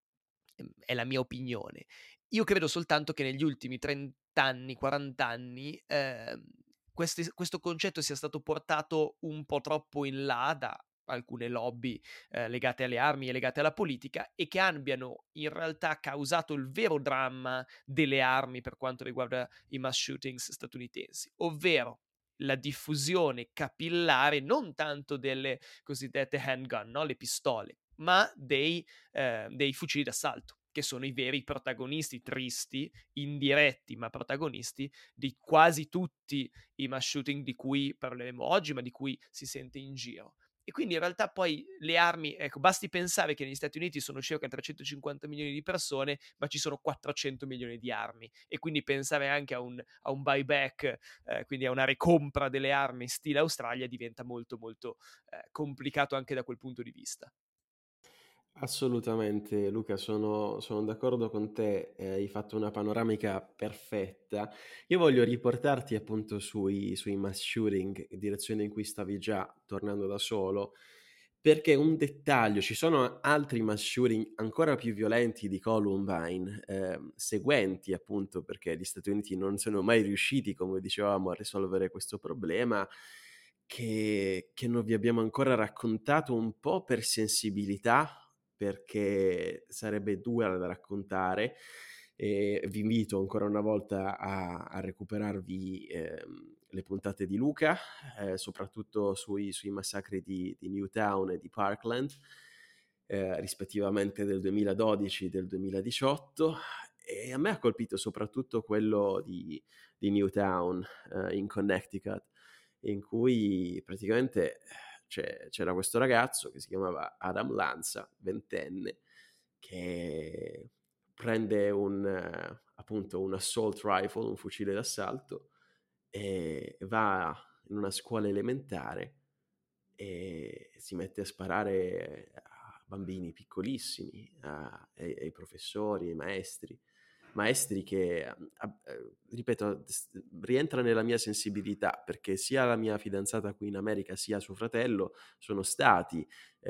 è la mia opinione. Io credo soltanto che negli ultimi 30 anni, 40 anni, questo concetto sia stato portato un po' troppo in là da alcune lobby legate alle armi e legate alla politica, e che abbiano in realtà causato il vero dramma delle armi per quanto riguarda i mass shootings statunitensi, ovvero la diffusione capillare non tanto delle cosiddette handgun, no? Le pistole, ma dei fucili d'assalto, che sono i veri protagonisti tristi, indiretti ma protagonisti di quasi tutti i mass shooting di cui parleremo oggi, ma di cui si sente in giro. E quindi in realtà poi le armi, ecco, basti pensare che negli Stati Uniti sono circa 350 milioni di persone, ma ci sono 400 milioni di armi, e quindi pensare anche a un buyback, quindi a una recompra delle armi stile Australia, diventa molto molto complicato anche da quel punto di vista. Assolutamente Luca, sono d'accordo con te, hai fatto una panoramica perfetta. Io voglio riportarti appunto sui mass shooting, direzione in cui stavi già tornando da solo, perché un dettaglio, ci sono altri mass shooting ancora più violenti di Columbine, seguenti appunto perché gli Stati Uniti non sono mai riusciti, come dicevamo, a risolvere questo problema, che non vi abbiamo ancora raccontato un po' per sensibilità, perché sarebbe dura da raccontare, e vi invito ancora una volta a recuperarvi le puntate di Luca, soprattutto sui massacri di Newtown e di Parkland, rispettivamente del 2012 e del 2018, e a me ha colpito soprattutto quello di Newtown, in Connecticut, in cui praticamente c'era questo ragazzo che si chiamava Adam Lanza, ventenne, che prende appunto un assault rifle, un fucile d'assalto, e va in una scuola elementare e si mette a sparare a bambini piccolissimi, ai professori, ai maestri che, ripeto, rientra nella mia sensibilità, perché sia la mia fidanzata qui in America sia suo fratello sono stati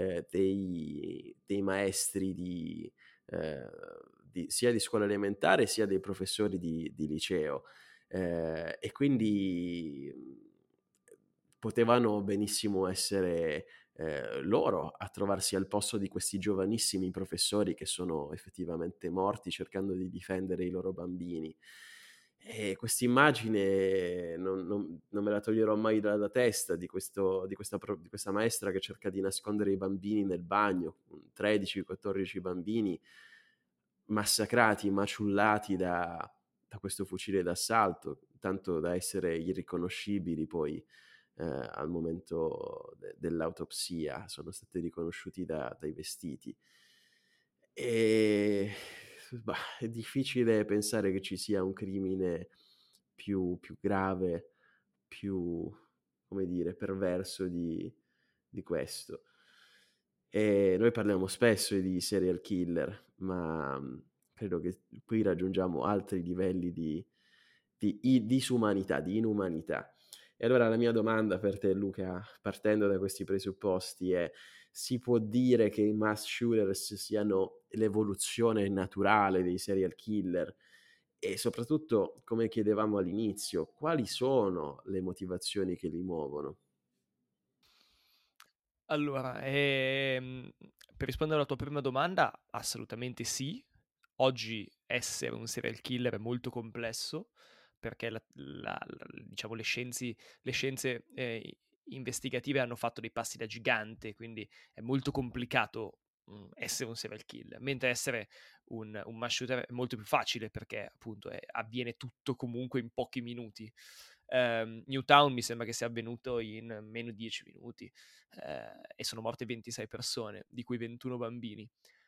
dei maestri sia di scuola elementare sia dei professori di liceo. e quindi potevano benissimo essere loro a trovarsi al posto di questi giovanissimi professori che sono effettivamente morti cercando di difendere i loro bambini. E quest'immagine non me la toglierò mai dalla testa di questa maestra che cerca di nascondere i bambini nel bagno, 13-14 bambini massacrati, maciullati da questo fucile d'assalto, tanto da essere irriconoscibili poi al momento dell'autopsia, sono stati riconosciuti dai vestiti. E è difficile pensare che ci sia un crimine più grave, più, come dire, perverso di questo. E noi parliamo spesso di serial killer, ma credo che qui raggiungiamo altri livelli di disumanità, di inumanità. E allora la mia domanda per te, Luca, partendo da questi presupposti, è: si può dire che i mass shooters siano l'evoluzione naturale dei serial killer? E soprattutto, come chiedevamo all'inizio, quali sono le motivazioni che li muovono? Allora, per rispondere alla tua prima domanda, assolutamente sì. Oggi essere un serial killer è molto complesso perché diciamo le scienze investigative hanno fatto dei passi da gigante, quindi è molto complicato essere un serial killer, mentre essere un mass shooter è molto più facile perché appunto avviene tutto comunque in pochi minuti. Newtown mi sembra che sia avvenuto in meno di 10 minuti e sono morte 26 persone, di cui 21 bambini.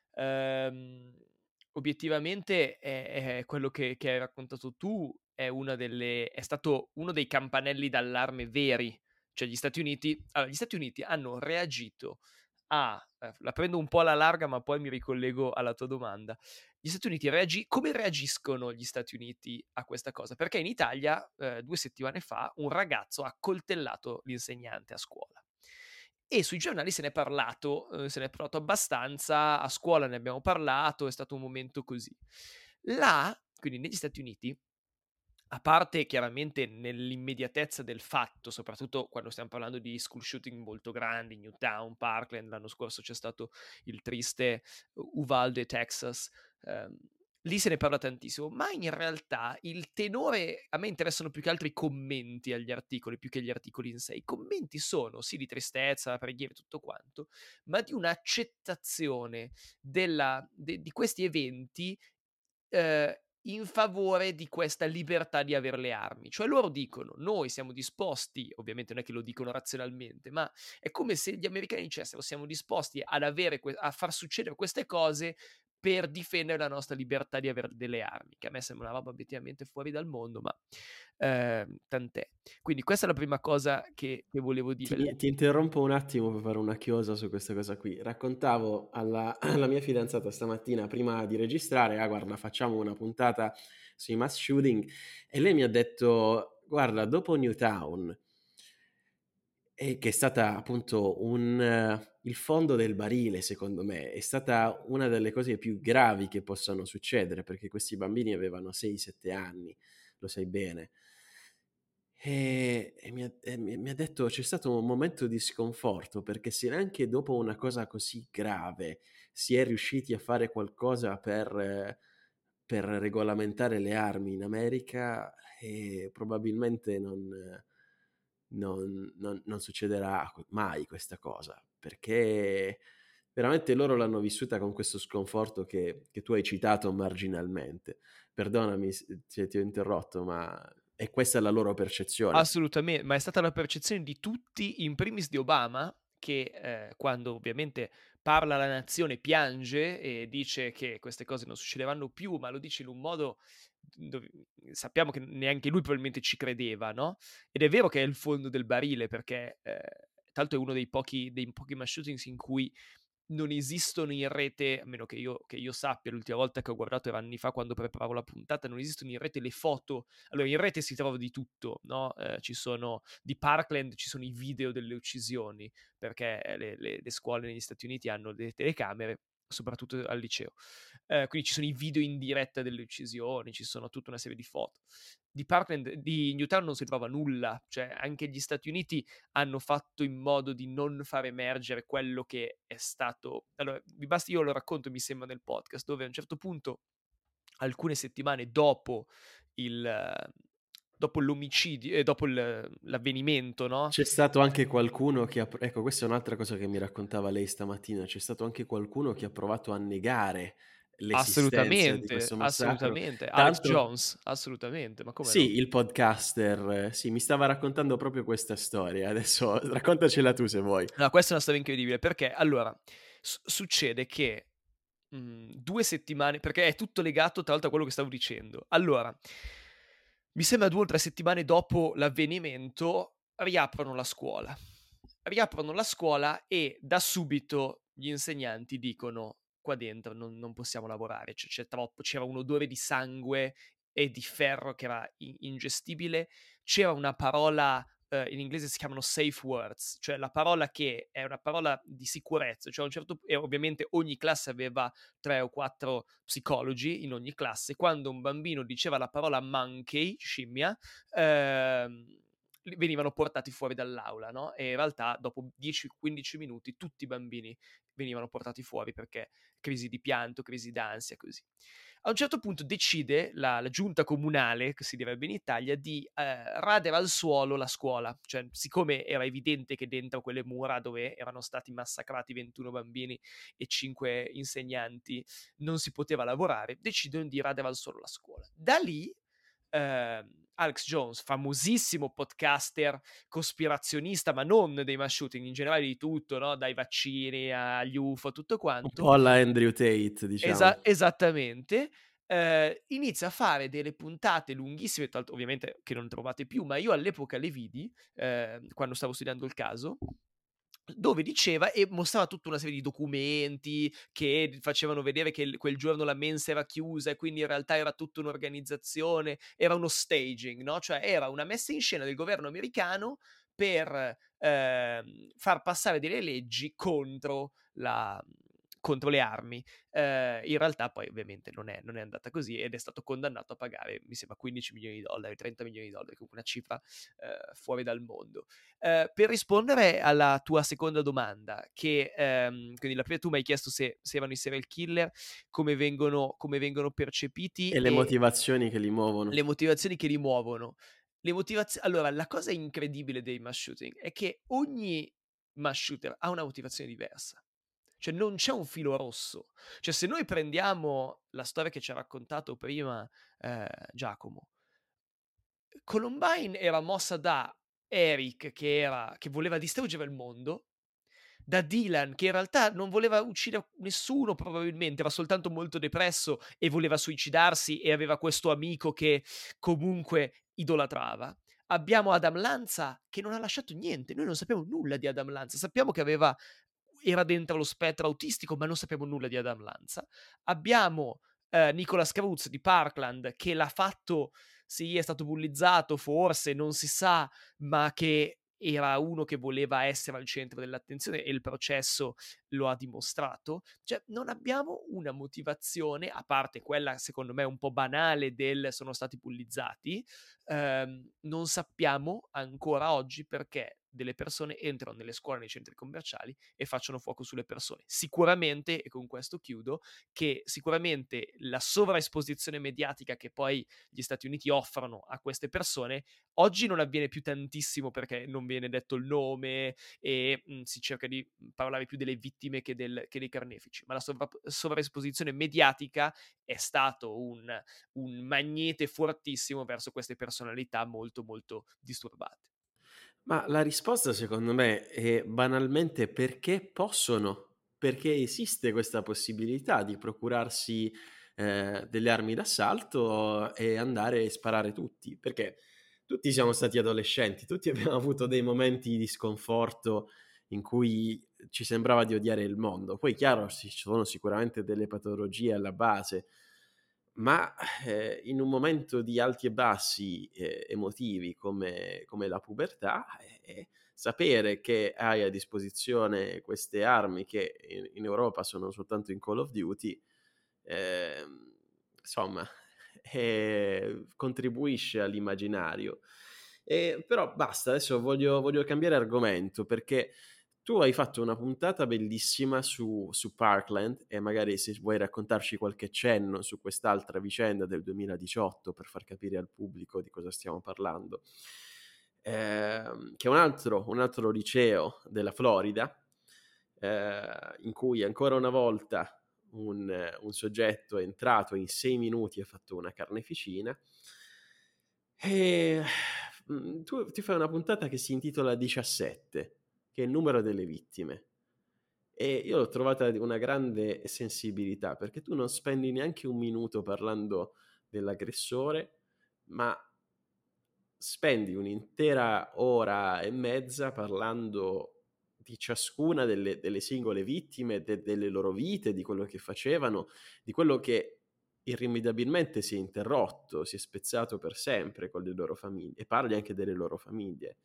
Obiettivamente è quello che hai raccontato tu è stato uno dei campanelli d'allarme veri. Cioè gli Stati Uniti hanno reagito la prendo un po' alla larga, ma poi mi ricollego alla tua domanda. Gli Stati Uniti come reagiscono gli Stati Uniti a questa cosa? Perché in Italia, 2 settimane fa, un ragazzo ha accoltellato l'insegnante a scuola. E sui giornali se ne è parlato abbastanza, a scuola ne abbiamo parlato, è stato un momento così. Là, quindi negli Stati Uniti, a parte chiaramente nell'immediatezza del fatto, soprattutto quando stiamo parlando di school shooting molto grandi, Newtown, Parkland, l'anno scorso c'è stato il triste Uvalde, Texas, lì se ne parla tantissimo, ma in realtà il tenore, a me interessano più che altro i commenti agli articoli, più che gli articoli in sé. I commenti sono sì di tristezza, preghiere, tutto quanto, ma di un'accettazione di questi eventi ehm, in favore di questa libertà di aver le armi. Cioè loro dicono: "Noi siamo disposti", ovviamente non è che lo dicono razionalmente, ma è come se gli americani dicessero: "Siamo disposti ad avere a far succedere queste cose per difendere la nostra libertà di aver delle armi", che a me sembra una roba obiettivamente fuori dal mondo, ma, tant'è. Quindi questa è la prima cosa che volevo dire. Ti interrompo un attimo per fare una chiosa su questa cosa qui. Raccontavo alla mia fidanzata stamattina prima di registrare: "Ah, guarda, facciamo una puntata sui mass shooting", e lei mi ha detto: "Guarda, dopo Newtown", che è stata appunto il fondo del barile, secondo me, è stata una delle cose più gravi che possano succedere, perché questi bambini avevano 6-7 anni, lo sai bene. Mi ha detto: "C'è stato un momento di sconforto, perché se neanche dopo una cosa così grave si è riusciti a fare qualcosa per regolamentare le armi in America, probabilmente non succederà mai questa cosa", perché veramente loro l'hanno vissuta con questo sconforto che tu hai citato marginalmente. Perdonami se ti ho interrotto, ma è questa la loro percezione. Ma è stata la percezione di tutti, in primis di Obama, che quando ovviamente parla alla nazione piange e dice che queste cose non succederanno più, ma lo dice in un modo dove sappiamo che neanche lui probabilmente ci credeva, no? Ed è vero che è il fondo del barile, perché tra l'altro è uno dei pochi mass shootings in cui non esistono in rete, a meno che io sappia, l'ultima volta che ho guardato era anni fa quando preparavo la puntata, non esistono in rete le foto. Allora, in rete si trova di tutto, no? Ci sono di Parkland, ci sono i video delle uccisioni, perché le scuole negli Stati Uniti hanno delle telecamere soprattutto al liceo. Quindi ci sono i video in diretta delle uccisioni, ci sono tutta una serie di foto. Di Parkland, di Newtown non si trova nulla, cioè anche gli Stati Uniti hanno fatto in modo di non far emergere quello che è stato. Allora, vi basti, io lo racconto, mi sembra, nel podcast, dove a un certo punto, alcune settimane dopo l'omicidio, dopo l'avvenimento, no? C'è stato anche qualcuno che ecco, questa è un'altra cosa che mi raccontava lei stamattina, c'è stato anche qualcuno che ha provato a negare l'esistenza di Assolutamente, questo massacro, assolutamente. Alex tanto Jones, assolutamente, ma come no? sì, il podcaster, sì, mi stava raccontando proprio questa storia, adesso raccontacela tu se vuoi. No, questa è una storia incredibile perché allora succede che 2 settimane, perché è tutto legato tra l'altro a quello che stavo dicendo. Allora, mi sembra 2 o 3 settimane dopo l'avvenimento riaprono la scuola. Riaprono la scuola e da subito gli insegnanti dicono: "Qua dentro non possiamo lavorare, c'è troppo", c'era un odore di sangue e di ferro che era ingestibile. C'era una parola, in inglese si chiamano safe words, cioè la parola che è una parola di sicurezza, cioè a un certo e ovviamente ogni classe aveva 3 o 4 psicologi in ogni classe. Quando un bambino diceva la parola monkey, scimmia, venivano portati fuori dall'aula, no? E in realtà dopo 10-15 minuti tutti i bambini venivano portati fuori perché crisi di pianto, crisi d'ansia, così. A un certo punto decide la giunta comunale, che si direbbe in Italia, di radere al suolo la scuola. Cioè, siccome era evidente che dentro quelle mura dove erano stati massacrati 21 bambini e 5 insegnanti non si poteva lavorare, decidono di radere al suolo la scuola. Da lì Alex Jones, famosissimo podcaster cospirazionista, ma non dei mass shooting, in generale di tutto, no? Dai vaccini agli UFO, tutto Un quanto. po' alla Andrew Tate, diciamo. Esattamente. Inizia a fare delle puntate lunghissime, tra l'altro ovviamente che non trovate più, ma io all'epoca le vidi, quando stavo studiando il caso, dove diceva e mostrava tutta una serie di documenti che facevano vedere che quel giorno la mensa era chiusa e quindi in realtà era tutta un'organizzazione, era uno staging, no? Cioè era una messa in scena del governo americano per far passare delle leggi contro le armi. In realtà poi ovviamente non è andata così ed è stato condannato a pagare, mi sembra, $15 milioni, $30 milioni, comunque una cifra fuori dal mondo. Per rispondere alla tua seconda domanda, che quindi la prima tu mi hai chiesto se erano i serial killer, come vengono percepiti E le e motivazioni che li muovono. le motivazioni che li muovono. Allora, la cosa incredibile dei mass shooting è che ogni mass shooter ha una motivazione diversa. Cioè non c'è un filo rosso. Cioè se noi prendiamo la storia che ci ha raccontato prima Giacomo, Columbine era mossa da Eric che voleva distruggere il mondo, da Dylan che in realtà non voleva uccidere nessuno probabilmente, era soltanto molto depresso e voleva suicidarsi e aveva questo amico che comunque idolatrava. Abbiamo Adam Lanza che non ha lasciato niente, noi non sappiamo nulla di Adam Lanza, sappiamo che era dentro lo spettro autistico, ma non sappiamo nulla di Adam Lanza. Abbiamo Nicolas Cruz di Parkland che l'ha fatto, sì, è stato bullizzato, forse, non si sa, ma che era uno che voleva essere al centro dell'attenzione e il processo lo ha dimostrato. Cioè, non abbiamo una motivazione, a parte quella, secondo me, un po' banale del sono stati bullizzati, non sappiamo ancora oggi perché delle persone entrano nelle scuole, nei centri commerciali e facciano fuoco sulle persone. Sicuramente, e con questo chiudo, che sicuramente la sovraesposizione mediatica che poi gli Stati Uniti offrono a queste persone oggi non avviene più tantissimo perché non viene detto il nome e si cerca di parlare più delle vittime che dei carnefici, ma la sovraesposizione mediatica è stato un magnete fortissimo verso queste personalità molto molto disturbate. Ma la risposta secondo me è banalmente perché possono, perché esiste questa possibilità di procurarsi delle armi d'assalto e andare e sparare tutti, perché tutti siamo stati adolescenti, tutti abbiamo avuto dei momenti di sconforto in cui ci sembrava di odiare il mondo. Poi chiaro, ci sono sicuramente delle patologie alla base, ma in un momento di alti e bassi emotivi come la pubertà, sapere che hai a disposizione queste armi che in Europa sono soltanto in Call of Duty, insomma, contribuisce all'immaginario. Però basta, adesso voglio cambiare argomento, perché tu hai fatto una puntata bellissima su Parkland, e magari se vuoi raccontarci qualche cenno su quest'altra vicenda del 2018 per far capire al pubblico di cosa stiamo parlando. Che è un altro liceo della Florida, in cui ancora una volta un soggetto è entrato in 6 minuti e ha fatto una carneficina. E tu ti fai una puntata che si intitola 17, che è il numero delle vittime. E io l'ho trovata di una grande sensibilità, perché tu non spendi neanche un minuto parlando dell'aggressore, ma spendi un'intera ora e mezza parlando di ciascuna delle singole vittime, delle loro vite, di quello che facevano, di quello che irrimediabilmente si è interrotto, si è spezzato per sempre con le loro famiglie, e parli anche delle loro famiglie.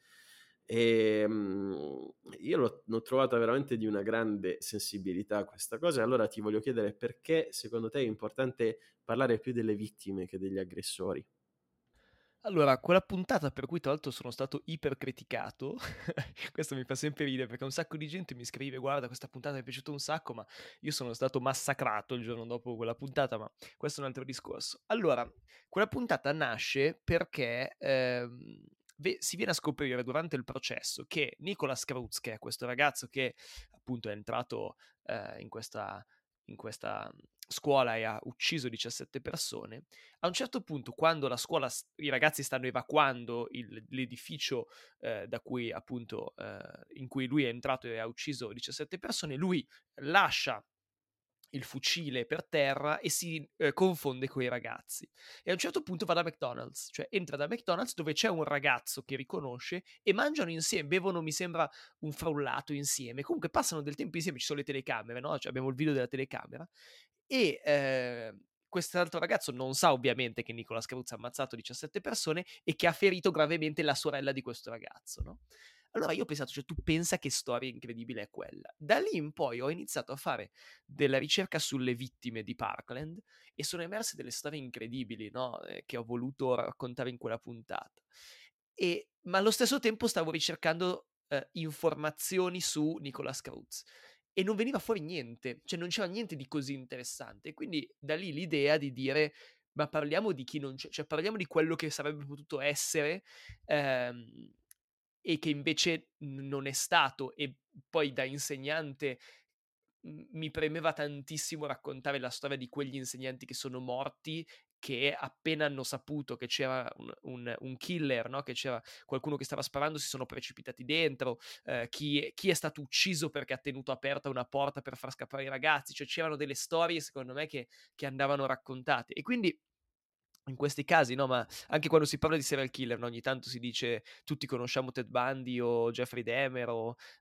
Io l'ho trovata veramente di una grande sensibilità questa cosa, e allora ti voglio chiedere perché secondo te è importante parlare più delle vittime che degli aggressori. Allora, quella puntata per cui tra l'altro sono stato ipercriticato, questo mi fa sempre ridere perché un sacco di gente mi scrive: guarda, questa puntata mi è piaciuta un sacco, ma io sono stato massacrato il giorno dopo quella puntata, ma questo è un altro discorso. Allora, quella puntata nasce perché si viene a scoprire durante il processo che Nicolas Cruz, che è questo ragazzo che appunto è entrato in questa scuola e ha ucciso 17 persone, a un certo punto, quando i ragazzi stanno evacuando l'edificio da cui appunto in cui lui è entrato e ha ucciso 17 persone, lui lascia il fucile per terra e si confonde coi ragazzi. E a un certo punto va da McDonald's, cioè entra da McDonald's dove c'è un ragazzo che riconosce e mangiano insieme, bevono, mi sembra, un frullato insieme. Comunque passano del tempo insieme, ci sono le telecamere, no? Cioè abbiamo il video della telecamera e quest'altro ragazzo non sa ovviamente che Nicolas Cruz ha ammazzato 17 persone e che ha ferito gravemente la sorella di questo ragazzo, no? Allora io ho pensato, cioè tu pensa che storia incredibile è quella. Da lì in poi ho iniziato a fare della ricerca sulle vittime di Parkland e sono emerse delle storie incredibili, no? Che ho voluto raccontare in quella puntata. Ma allo stesso tempo stavo ricercando informazioni su Nicolas Cruz e non veniva fuori niente, cioè non c'era niente di così interessante. Quindi da lì l'idea di dire: ma parliamo di chi non c'è, cioè parliamo di quello che sarebbe potuto essere ehm, e che invece non è stato. E poi da insegnante mi premeva tantissimo raccontare la storia di quegli insegnanti che sono morti, che appena hanno saputo che c'era un killer, no? Che c'era qualcuno che stava sparando, si sono precipitati dentro, chi è stato ucciso perché ha tenuto aperta una porta per far scappare i ragazzi, cioè c'erano delle storie secondo me che andavano raccontate. E quindi in questi casi, no, ma anche quando si parla di serial killer, no, ogni tanto si dice tutti conosciamo Ted Bundy o Jeffrey Dahmer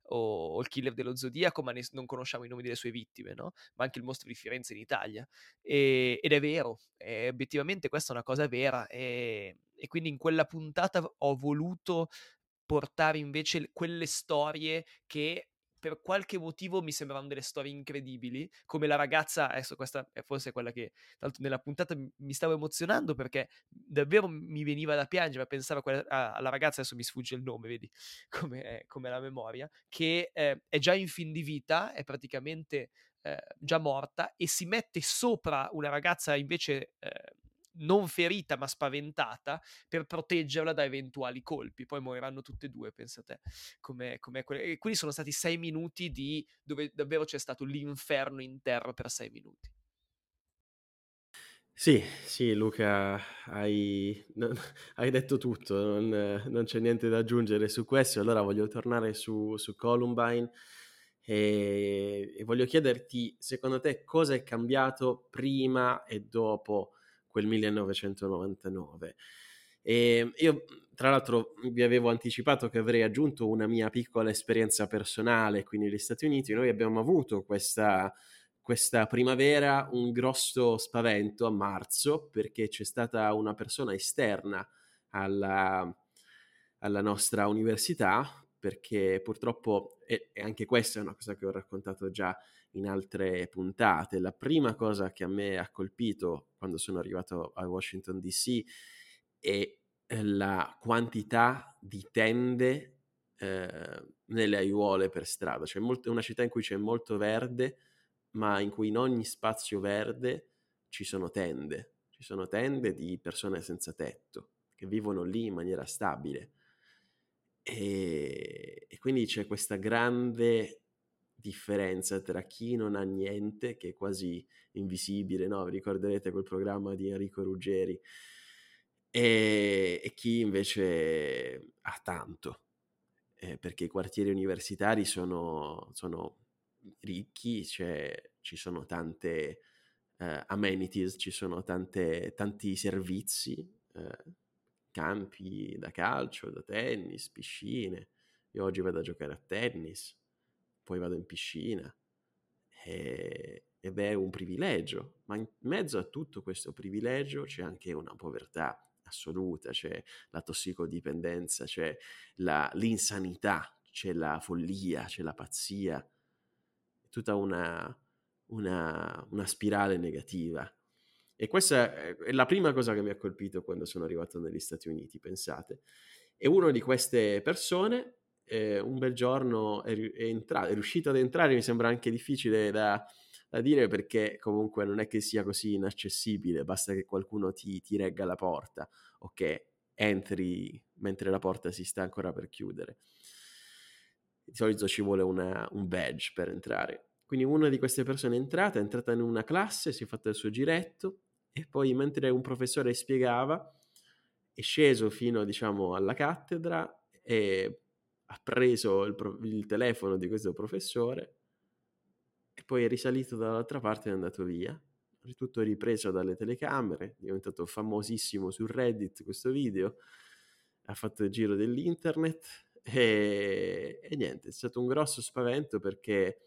o il killer dello Zodiaco, ma non conosciamo i nomi delle sue vittime, no? Ma anche il mostro di Firenze in Italia. Ed è vero, obiettivamente questa è una cosa vera e quindi in quella puntata ho voluto portare invece quelle storie che per qualche motivo mi sembravano delle storie incredibili, come la ragazza, adesso questa è forse quella che tra l'altro nella puntata mi stavo emozionando perché davvero mi veniva da piangere a pensare alla ragazza, adesso mi sfugge il nome, vedi come la memoria, che è già in fin di vita, è praticamente già morta e si mette sopra una ragazza invece non ferita ma spaventata per proteggerla da eventuali colpi. Poi moriranno tutte e due, pensa te. E quindi sono stati 6 minuti dove davvero c'è stato l'inferno in terra per 6 minuti. Sì, sì, Luca, hai detto tutto, non c'è niente da aggiungere su questo. Allora voglio tornare su Columbine e voglio chiederti, secondo te, cosa è cambiato prima e dopo quel 1999? Io, tra l'altro, vi avevo anticipato che avrei aggiunto una mia piccola esperienza personale qui negli Stati Uniti. Noi abbiamo avuto questa primavera un grosso spavento a marzo, perché c'è stata una persona esterna alla, alla nostra università, perché purtroppo, e anche questa è una cosa che ho raccontato già in altre puntate, la prima cosa che a me ha colpito quando sono arrivato a Washington DC è la quantità di tende nelle aiuole per strada. È una città in cui c'è molto verde, ma in cui in ogni spazio verde ci sono tende di persone senza tetto che vivono lì in maniera stabile. E quindi c'è questa grande differenza tra chi non ha niente, che è quasi invisibile, no? Vi ricorderete quel programma di Enrico Ruggeri, e chi invece ha tanto, perché i quartieri universitari sono ricchi, ci sono tante amenities, ci sono tanti servizi, campi da calcio, da tennis, piscine. Io oggi vado a giocare a tennis, poi vado in piscina, ed è un privilegio, ma in mezzo a tutto questo privilegio c'è anche una povertà assoluta, c'è la tossicodipendenza, c'è l'insanità, c'è la follia, c'è la pazzia, tutta una spirale negativa. E questa è la prima cosa che mi ha colpito quando sono arrivato negli Stati Uniti, pensate. E una di queste persone, un bel giorno è riuscito ad entrare, mi sembra anche difficile da dire, perché comunque non è che sia così inaccessibile, basta che qualcuno ti regga la porta o che entri mentre la porta si sta ancora per chiudere. Di solito ci vuole un badge per entrare. Quindi una di queste persone è entrata in una classe, si è fatta il suo giretto, e poi mentre un professore spiegava è sceso fino, diciamo, alla cattedra e ha preso il telefono di questo professore e poi è risalito dall'altra parte e è andato via. Tutto ripreso dalle telecamere, è diventato famosissimo su Reddit questo video, ha fatto il giro dell'internet e niente, è stato un grosso spavento, perché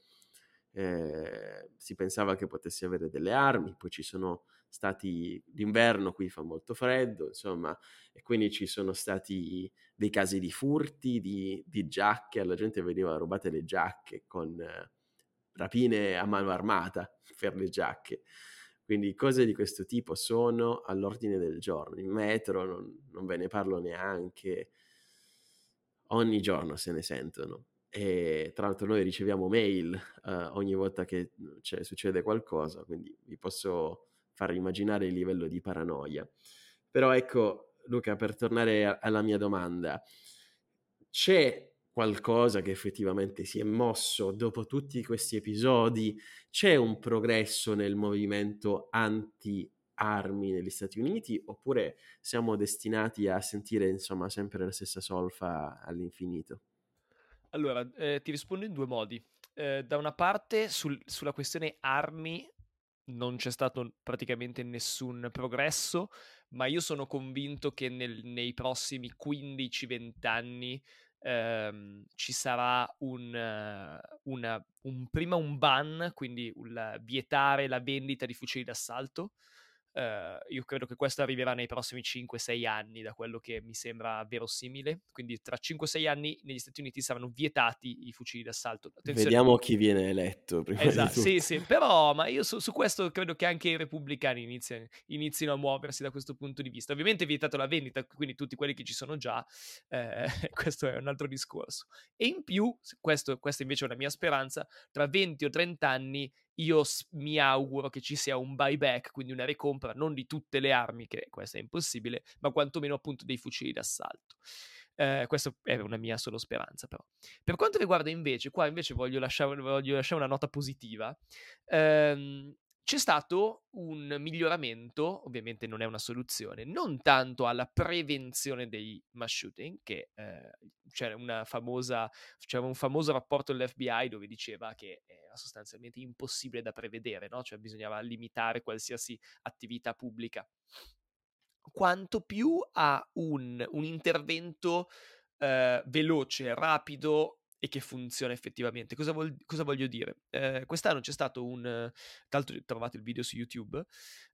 si pensava che potesse avere delle armi, poi ci sono stati d'inverno, qui fa molto freddo, insomma, e quindi ci sono stati dei casi di furti, di giacche, alla gente veniva rubate le giacche, con rapine a mano armata per le giacche. Quindi cose di questo tipo sono all'ordine del giorno. In metro non ve ne parlo neanche, ogni giorno se ne sentono. E tra l'altro noi riceviamo mail ogni volta che succede qualcosa, quindi vi posso far immaginare il livello di paranoia. Però ecco, Luca, per tornare alla mia domanda, c'è qualcosa che effettivamente si è mosso dopo tutti questi episodi? C'è un progresso nel movimento anti-armi negli Stati Uniti, oppure siamo destinati a sentire, insomma, sempre la stessa solfa all'infinito? Allora, ti rispondo in due modi. Da una parte sulla questione armi non c'è stato praticamente nessun progresso, ma io sono convinto che nei prossimi 15-20 anni ci sarà prima un ban, quindi vietare la vendita di fucili d'assalto. Io credo che questo arriverà nei prossimi 5-6 anni, da quello che mi sembra verosimile. Quindi tra 5-6 anni negli Stati Uniti saranno vietati i fucili d'assalto. Attenzione. Vediamo chi viene eletto prima di tutto. Sì, però ma io su questo credo che anche i repubblicani inizino a muoversi da questo punto di vista. Ovviamente è vietato la vendita, quindi tutti quelli che ci sono già, questo è un altro discorso. E in più, questa invece è una mia speranza, tra 20 o 30 anni io mi auguro che ci sia un buyback, quindi una ricompra non di tutte le armi, che questa è impossibile, ma quantomeno appunto dei fucili d'assalto. Questa è una mia solo speranza, però. Per quanto riguarda invece, qua invece voglio lasciare una nota positiva. C'è stato un miglioramento, ovviamente non è una soluzione, non tanto alla prevenzione dei mass shooting, che c'era un famoso rapporto dell'FBI dove diceva che era sostanzialmente impossibile da prevedere, no? Cioè bisognava limitare qualsiasi attività pubblica, quanto più a un intervento veloce, rapido e che funziona effettivamente. Cosa voglio dire? Quest'anno c'è stato tra l'altro trovate il video su YouTube,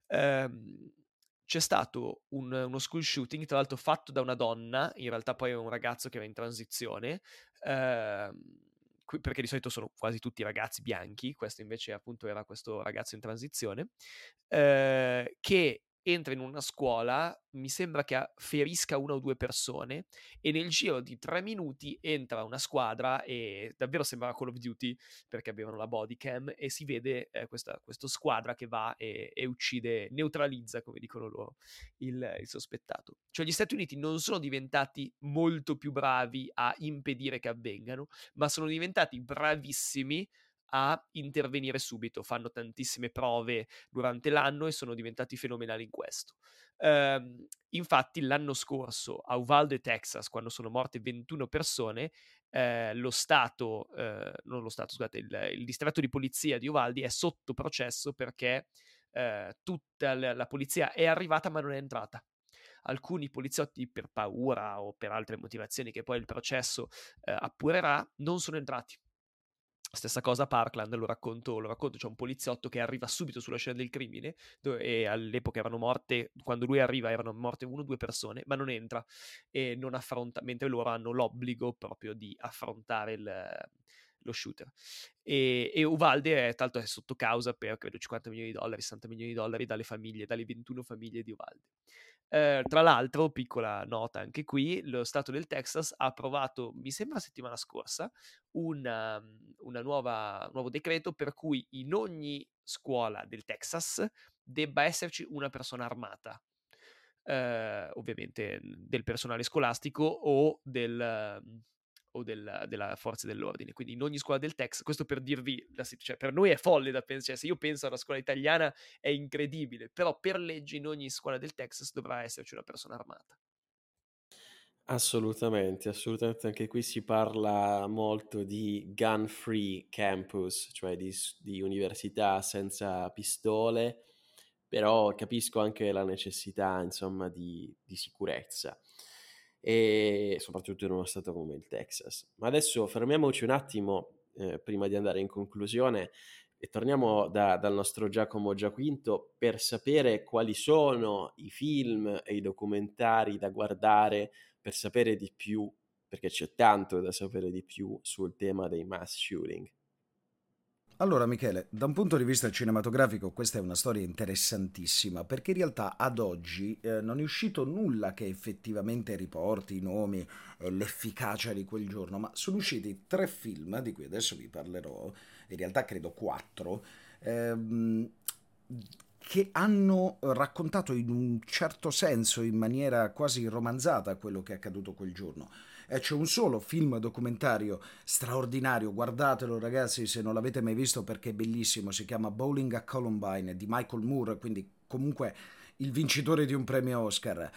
c'è stato uno school shooting, tra l'altro fatto da una donna, in realtà poi era un ragazzo che era in transizione, perché di solito sono quasi tutti ragazzi bianchi, questo invece appunto era questo ragazzo in transizione, che entra in una scuola, mi sembra che ferisca 1 o 2 persone e nel giro di 3 minuti entra una squadra e davvero sembrava Call of Duty perché avevano la body cam e si vede questa squadra che va e uccide, neutralizza, come dicono loro, il sospettato. Cioè gli Stati Uniti non sono diventati molto più bravi a impedire che avvengano, ma sono diventati bravissimi a intervenire subito, fanno tantissime prove durante l'anno e sono diventati fenomenali in questo. Infatti l'anno scorso a Uvalde, Texas, quando sono morte 21 persone, lo Stato, non lo Stato, scusate, il distretto di polizia di Uvalde è sotto processo perché tutta la polizia è arrivata ma non è entrata. Alcuni poliziotti per paura o per altre motivazioni che poi il processo appurerà non sono entrati. Stessa cosa a Parkland, lo racconto, c'è un poliziotto che arriva subito sulla scena del crimine e all'epoca erano morte, quando lui arriva erano morte 1 o 2 persone, ma non entra e non affronta, mentre loro hanno l'obbligo proprio di affrontare lo shooter. E Uvalde tra l'altro è sotto causa per credo $50 milioni, $60 milioni dalle 21 famiglie di Uvalde. Tra l'altro, piccola nota anche qui, lo Stato del Texas ha approvato, mi sembra la settimana scorsa, un nuovo decreto per cui in ogni scuola del Texas debba esserci una persona armata, ovviamente del personale scolastico della forze dell'ordine. Quindi in ogni scuola del Texas, questo per dirvi, cioè per noi è folle da pensare, cioè se io penso alla scuola italiana è incredibile, però per legge in ogni scuola del Texas dovrà esserci una persona armata. Assolutamente, assolutamente. Anche qui si parla molto di gun-free campus, cioè di università senza pistole, però capisco anche la necessità, insomma, di sicurezza, e soprattutto in uno stato come il Texas. Ma adesso fermiamoci un attimo, prima di andare in conclusione, e torniamo dal nostro Giacomo Giaquinto per sapere quali sono i film e i documentari da guardare per sapere di più, perché c'è tanto da sapere di più sul tema dei mass shooting. Allora Michele, da un punto di vista cinematografico questa è una storia interessantissima perché in realtà ad oggi non è uscito nulla che effettivamente riporti i nomi e l'efficacia di quel giorno, ma sono usciti 3 film di cui adesso vi parlerò, in realtà credo 4, ehm, che hanno raccontato in un certo senso, in maniera quasi romanzata, quello che è accaduto quel giorno. C'è un solo film documentario straordinario, guardatelo ragazzi se non l'avete mai visto perché è bellissimo, si chiama Bowling a Columbine di Michael Moore, quindi comunque il vincitore di un premio Oscar.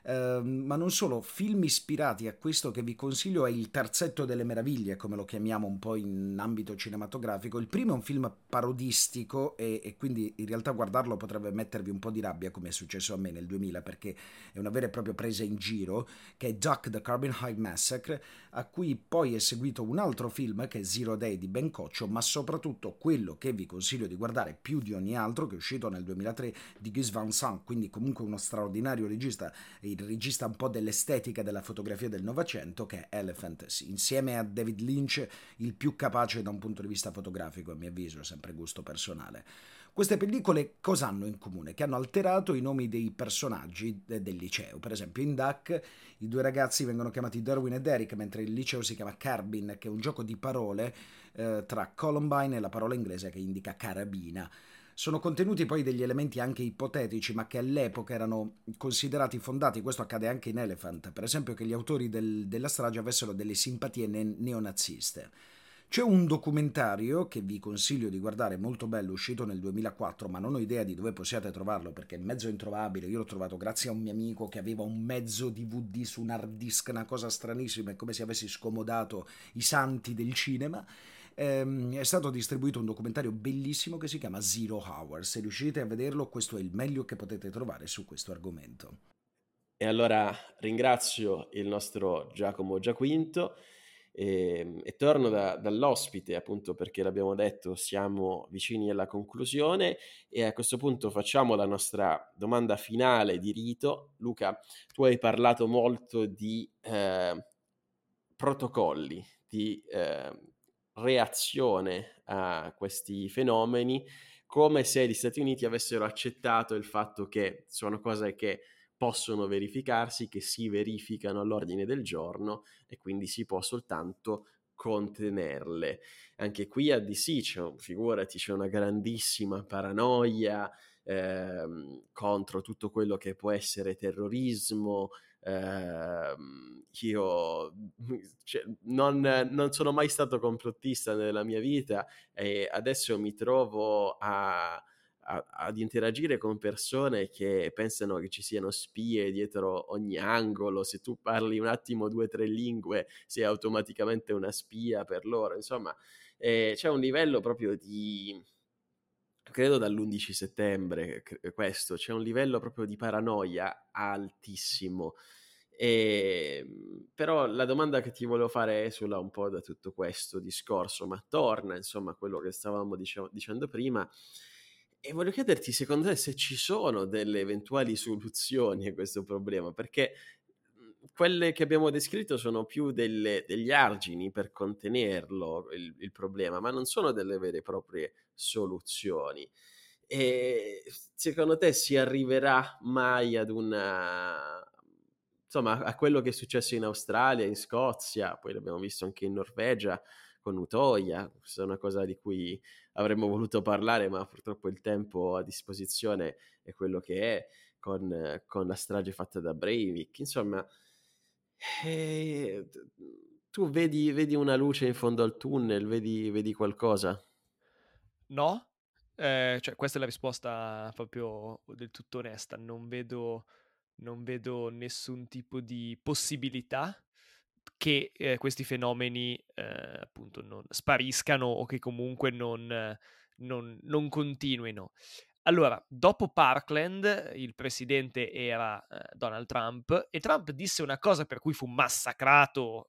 Ma non solo, film ispirati a questo che vi consiglio è il Terzetto delle Meraviglie, come lo chiamiamo un po' in ambito cinematografico. Il primo è un film parodistico e quindi in realtà guardarlo potrebbe mettervi un po' di rabbia, come è successo a me nel 2000, perché è una vera e propria presa in giro, che è Duck the Carbonite Massacre, a cui poi è seguito un altro film che è Zero Day di Ben Coccio, ma soprattutto quello che vi consiglio di guardare più di ogni altro, che è uscito nel 2003 di Gus Van Sant, quindi comunque uno straordinario regista, il regista un po' dell'estetica della fotografia del Novecento, che è Elephant, insieme a David Lynch il più capace da un punto di vista fotografico, a mio avviso, sempre gusto personale. Queste pellicole cosa hanno in comune? Che hanno alterato i nomi dei personaggi del liceo. Per esempio in Duck i 2 ragazzi vengono chiamati Derwin e Derek, mentre il liceo si chiama Carbine, che è un gioco di parole tra Columbine e la parola inglese che indica carabina. Sono contenuti poi degli elementi anche ipotetici, ma che all'epoca erano considerati fondati. Questo accade anche in Elephant, per esempio che gli autori della strage avessero delle simpatie neonaziste. C'è un documentario che vi consiglio di guardare, molto bello, uscito nel 2004, ma non ho idea di dove possiate trovarlo perché è mezzo introvabile. Io l'ho trovato grazie a un mio amico che aveva un mezzo DVD su un hard disk, una cosa stranissima, è come se avessi scomodato i santi del cinema. È stato distribuito un documentario bellissimo che si chiama Zero Hour. Se riuscite a vederlo, questo è il meglio che potete trovare su questo argomento. E allora ringrazio il nostro Giacomo Giaquinto E torno dall'ospite, appunto perché l'abbiamo detto, siamo vicini alla conclusione e a questo punto facciamo la nostra domanda finale di rito. Luca, tu hai parlato molto di protocolli, di reazione a questi fenomeni, come se gli Stati Uniti avessero accettato il fatto che sono cose che possono verificarsi, che si verificano all'ordine del giorno e quindi si può soltanto contenerle. Anche qui a DC figurati, c'è una grandissima paranoia contro tutto quello che può essere terrorismo. Io cioè, non sono mai stato complottista nella mia vita e adesso mi trovo ad interagire con persone che pensano che ci siano spie dietro ogni angolo. Se tu parli un attimo 2 o 3 lingue sei automaticamente una spia per loro. Insomma, c'è un livello proprio di, credo dall'11 settembre, questo, c'è un livello proprio di paranoia altissimo. Però la domanda che ti volevo fare esula un po' da tutto questo discorso, ma torna insomma a quello che stavamo dicendo prima, e voglio chiederti secondo te se ci sono delle eventuali soluzioni a questo problema, perché quelle che abbiamo descritto sono più degli argini per contenerlo il problema, ma non sono delle vere e proprie soluzioni. E secondo te si arriverà mai ad una, insomma, a quello che è successo in Australia, in Scozia, poi l'abbiamo visto anche in Norvegia con Utoya, questa è una cosa di cui avremmo voluto parlare, ma purtroppo il tempo a disposizione è quello che è, con la strage fatta da Breivik. Insomma, tu vedi una luce in fondo al tunnel, vedi qualcosa? No, cioè questa è la risposta proprio del tutto onesta. Non vedo nessun tipo di possibilità che questi fenomeni appunto non spariscano o che comunque non continuino. Allora, dopo Parkland, il presidente era Donald Trump e Trump disse una cosa per cui fu massacrato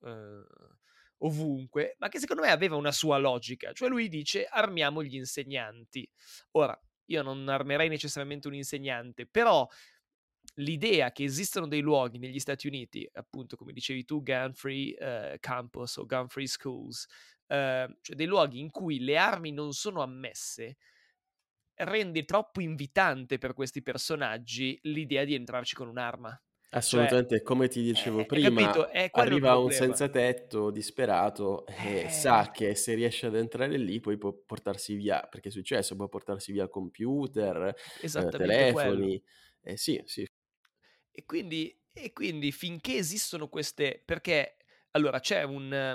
ovunque, ma che secondo me aveva una sua logica, cioè lui dice armiamo gli insegnanti. Ora, io non armerei necessariamente un insegnante, però l'idea che esistano dei luoghi negli Stati Uniti, appunto come dicevi tu, gun-free campus o gun-free schools, cioè dei luoghi in cui le armi non sono ammesse, rende troppo invitante per questi personaggi l'idea di entrarci con un'arma. Cioè, Assolutamente, come ti dicevo capito? prima, È quello il arriva un problema. senza tetto disperato e sa che se riesce ad entrare lì poi può portarsi via, perché è successo, può portarsi via computer, Esattamente quello. telefoni. Sì, sì. E quindi finché esistono queste, perché allora c'è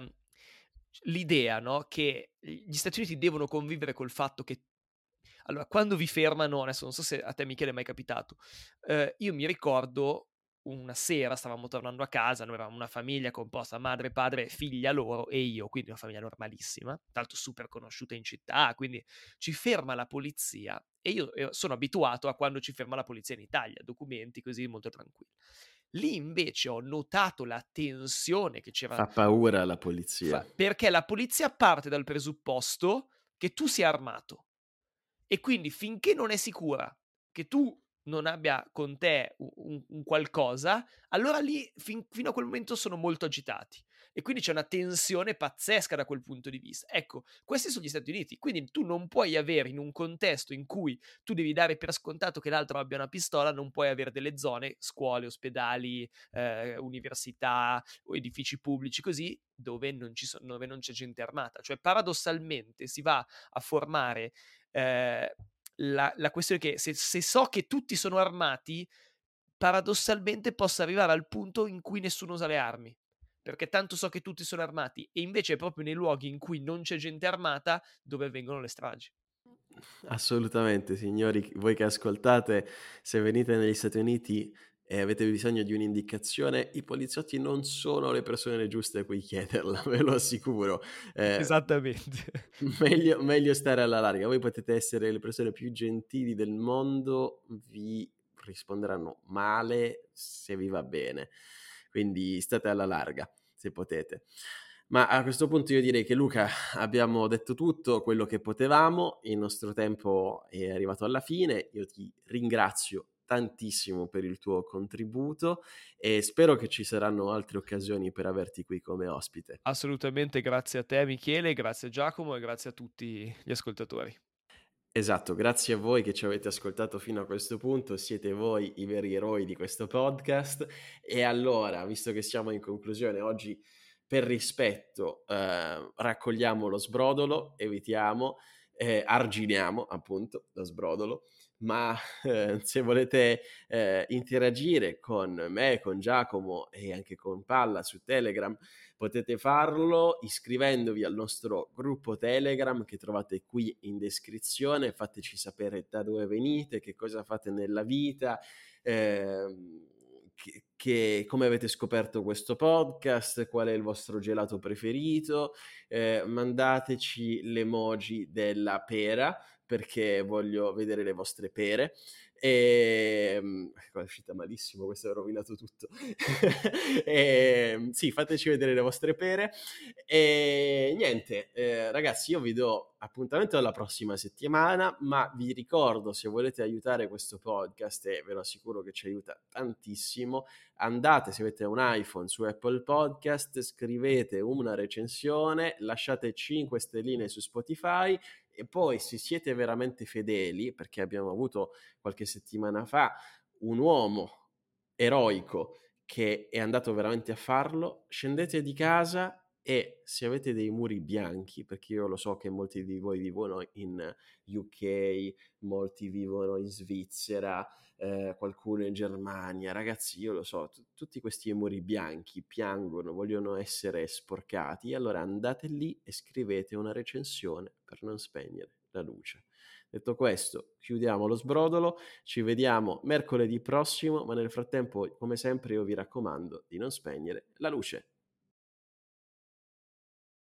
l'idea, no, che gli Stati Uniti devono convivere col fatto che allora quando vi fermano, adesso non so se a te Michele è mai capitato, io mi ricordo una sera stavamo tornando a casa, noi eravamo una famiglia composta madre, padre, figlia loro e io, quindi una famiglia normalissima, tra l'altro super conosciuta in città, quindi ci ferma la polizia e io sono abituato a quando ci ferma la polizia in Italia, documenti così molto tranquilli. Lì invece ho notato la tensione che c'era, Fa paura la polizia. perché la polizia parte dal presupposto che tu sia armato e quindi finché non è sicura che tu non abbia con te un qualcosa, allora lì fino a quel momento sono molto agitati e quindi c'è una tensione pazzesca da quel punto di vista. Ecco, questi sono gli Stati Uniti, quindi tu non puoi avere in un contesto in cui tu devi dare per scontato che l'altro abbia una pistola, non puoi avere delle zone, scuole, ospedali, università o edifici pubblici così, dove dove non c'è gente armata. Cioè paradossalmente si va a formare la questione che se so che tutti sono armati, paradossalmente posso arrivare al punto in cui nessuno usa le armi. Perché tanto so che tutti sono armati, e invece è proprio nei luoghi in cui non c'è gente armata dove avvengono le stragi. Assolutamente, signori, voi che ascoltate, se venite negli Stati Uniti e avete bisogno di un'indicazione, i poliziotti non sono le persone giuste a cui chiederla, ve lo assicuro. Esattamente. Meglio stare alla larga. Voi potete essere le persone più gentili del mondo, vi risponderanno male se vi va bene. Quindi state alla larga, se potete. Ma a questo punto io direi che Luca abbiamo detto tutto quello che potevamo, il nostro tempo è arrivato alla fine, io ti ringrazio tantissimo per il tuo contributo e spero che ci saranno altre occasioni per averti qui come ospite. Assolutamente, grazie a te Michele, grazie a Giacomo e grazie a tutti gli ascoltatori. Esatto, grazie a voi che ci avete ascoltato fino a questo punto, siete voi i veri eroi di questo podcast. E allora, visto che siamo in conclusione, oggi per rispetto raccogliamo lo sbrodolo, evitiamo, arginiamo appunto lo sbrodolo, ma se volete interagire con me, con Giacomo e anche con Palla su Telegram, potete farlo iscrivendovi al nostro gruppo Telegram che trovate qui in descrizione. Fateci sapere da dove venite, che cosa fate nella vita, come avete scoperto questo podcast, qual è il vostro gelato preferito. Mandateci l'emoji della pera perché voglio vedere le vostre pere. È uscita malissimo, questo ha rovinato tutto. Sì, fateci vedere le vostre pere. E niente, ragazzi, io vi do appuntamento alla prossima settimana, ma vi ricordo, se volete aiutare questo podcast, e ve lo assicuro che ci aiuta tantissimo, andate, se avete un iPhone, su Apple Podcast, scrivete una recensione, lasciate 5 stelline su Spotify e poi, se siete veramente fedeli, perché abbiamo avuto qualche settimana fa un uomo eroico che è andato veramente a farlo, scendete di casa e se avete dei muri bianchi, perché io lo so che molti di voi vivono in UK, molti vivono in Svizzera, qualcuno in Germania, ragazzi, io lo so, tutti questi muri bianchi piangono, vogliono essere sporcati, allora andate lì e scrivete una recensione per non spegnere la luce. Detto questo, chiudiamo lo sbrodolo, ci vediamo mercoledì prossimo, ma nel frattempo, come sempre, io vi raccomando di non spegnere la luce.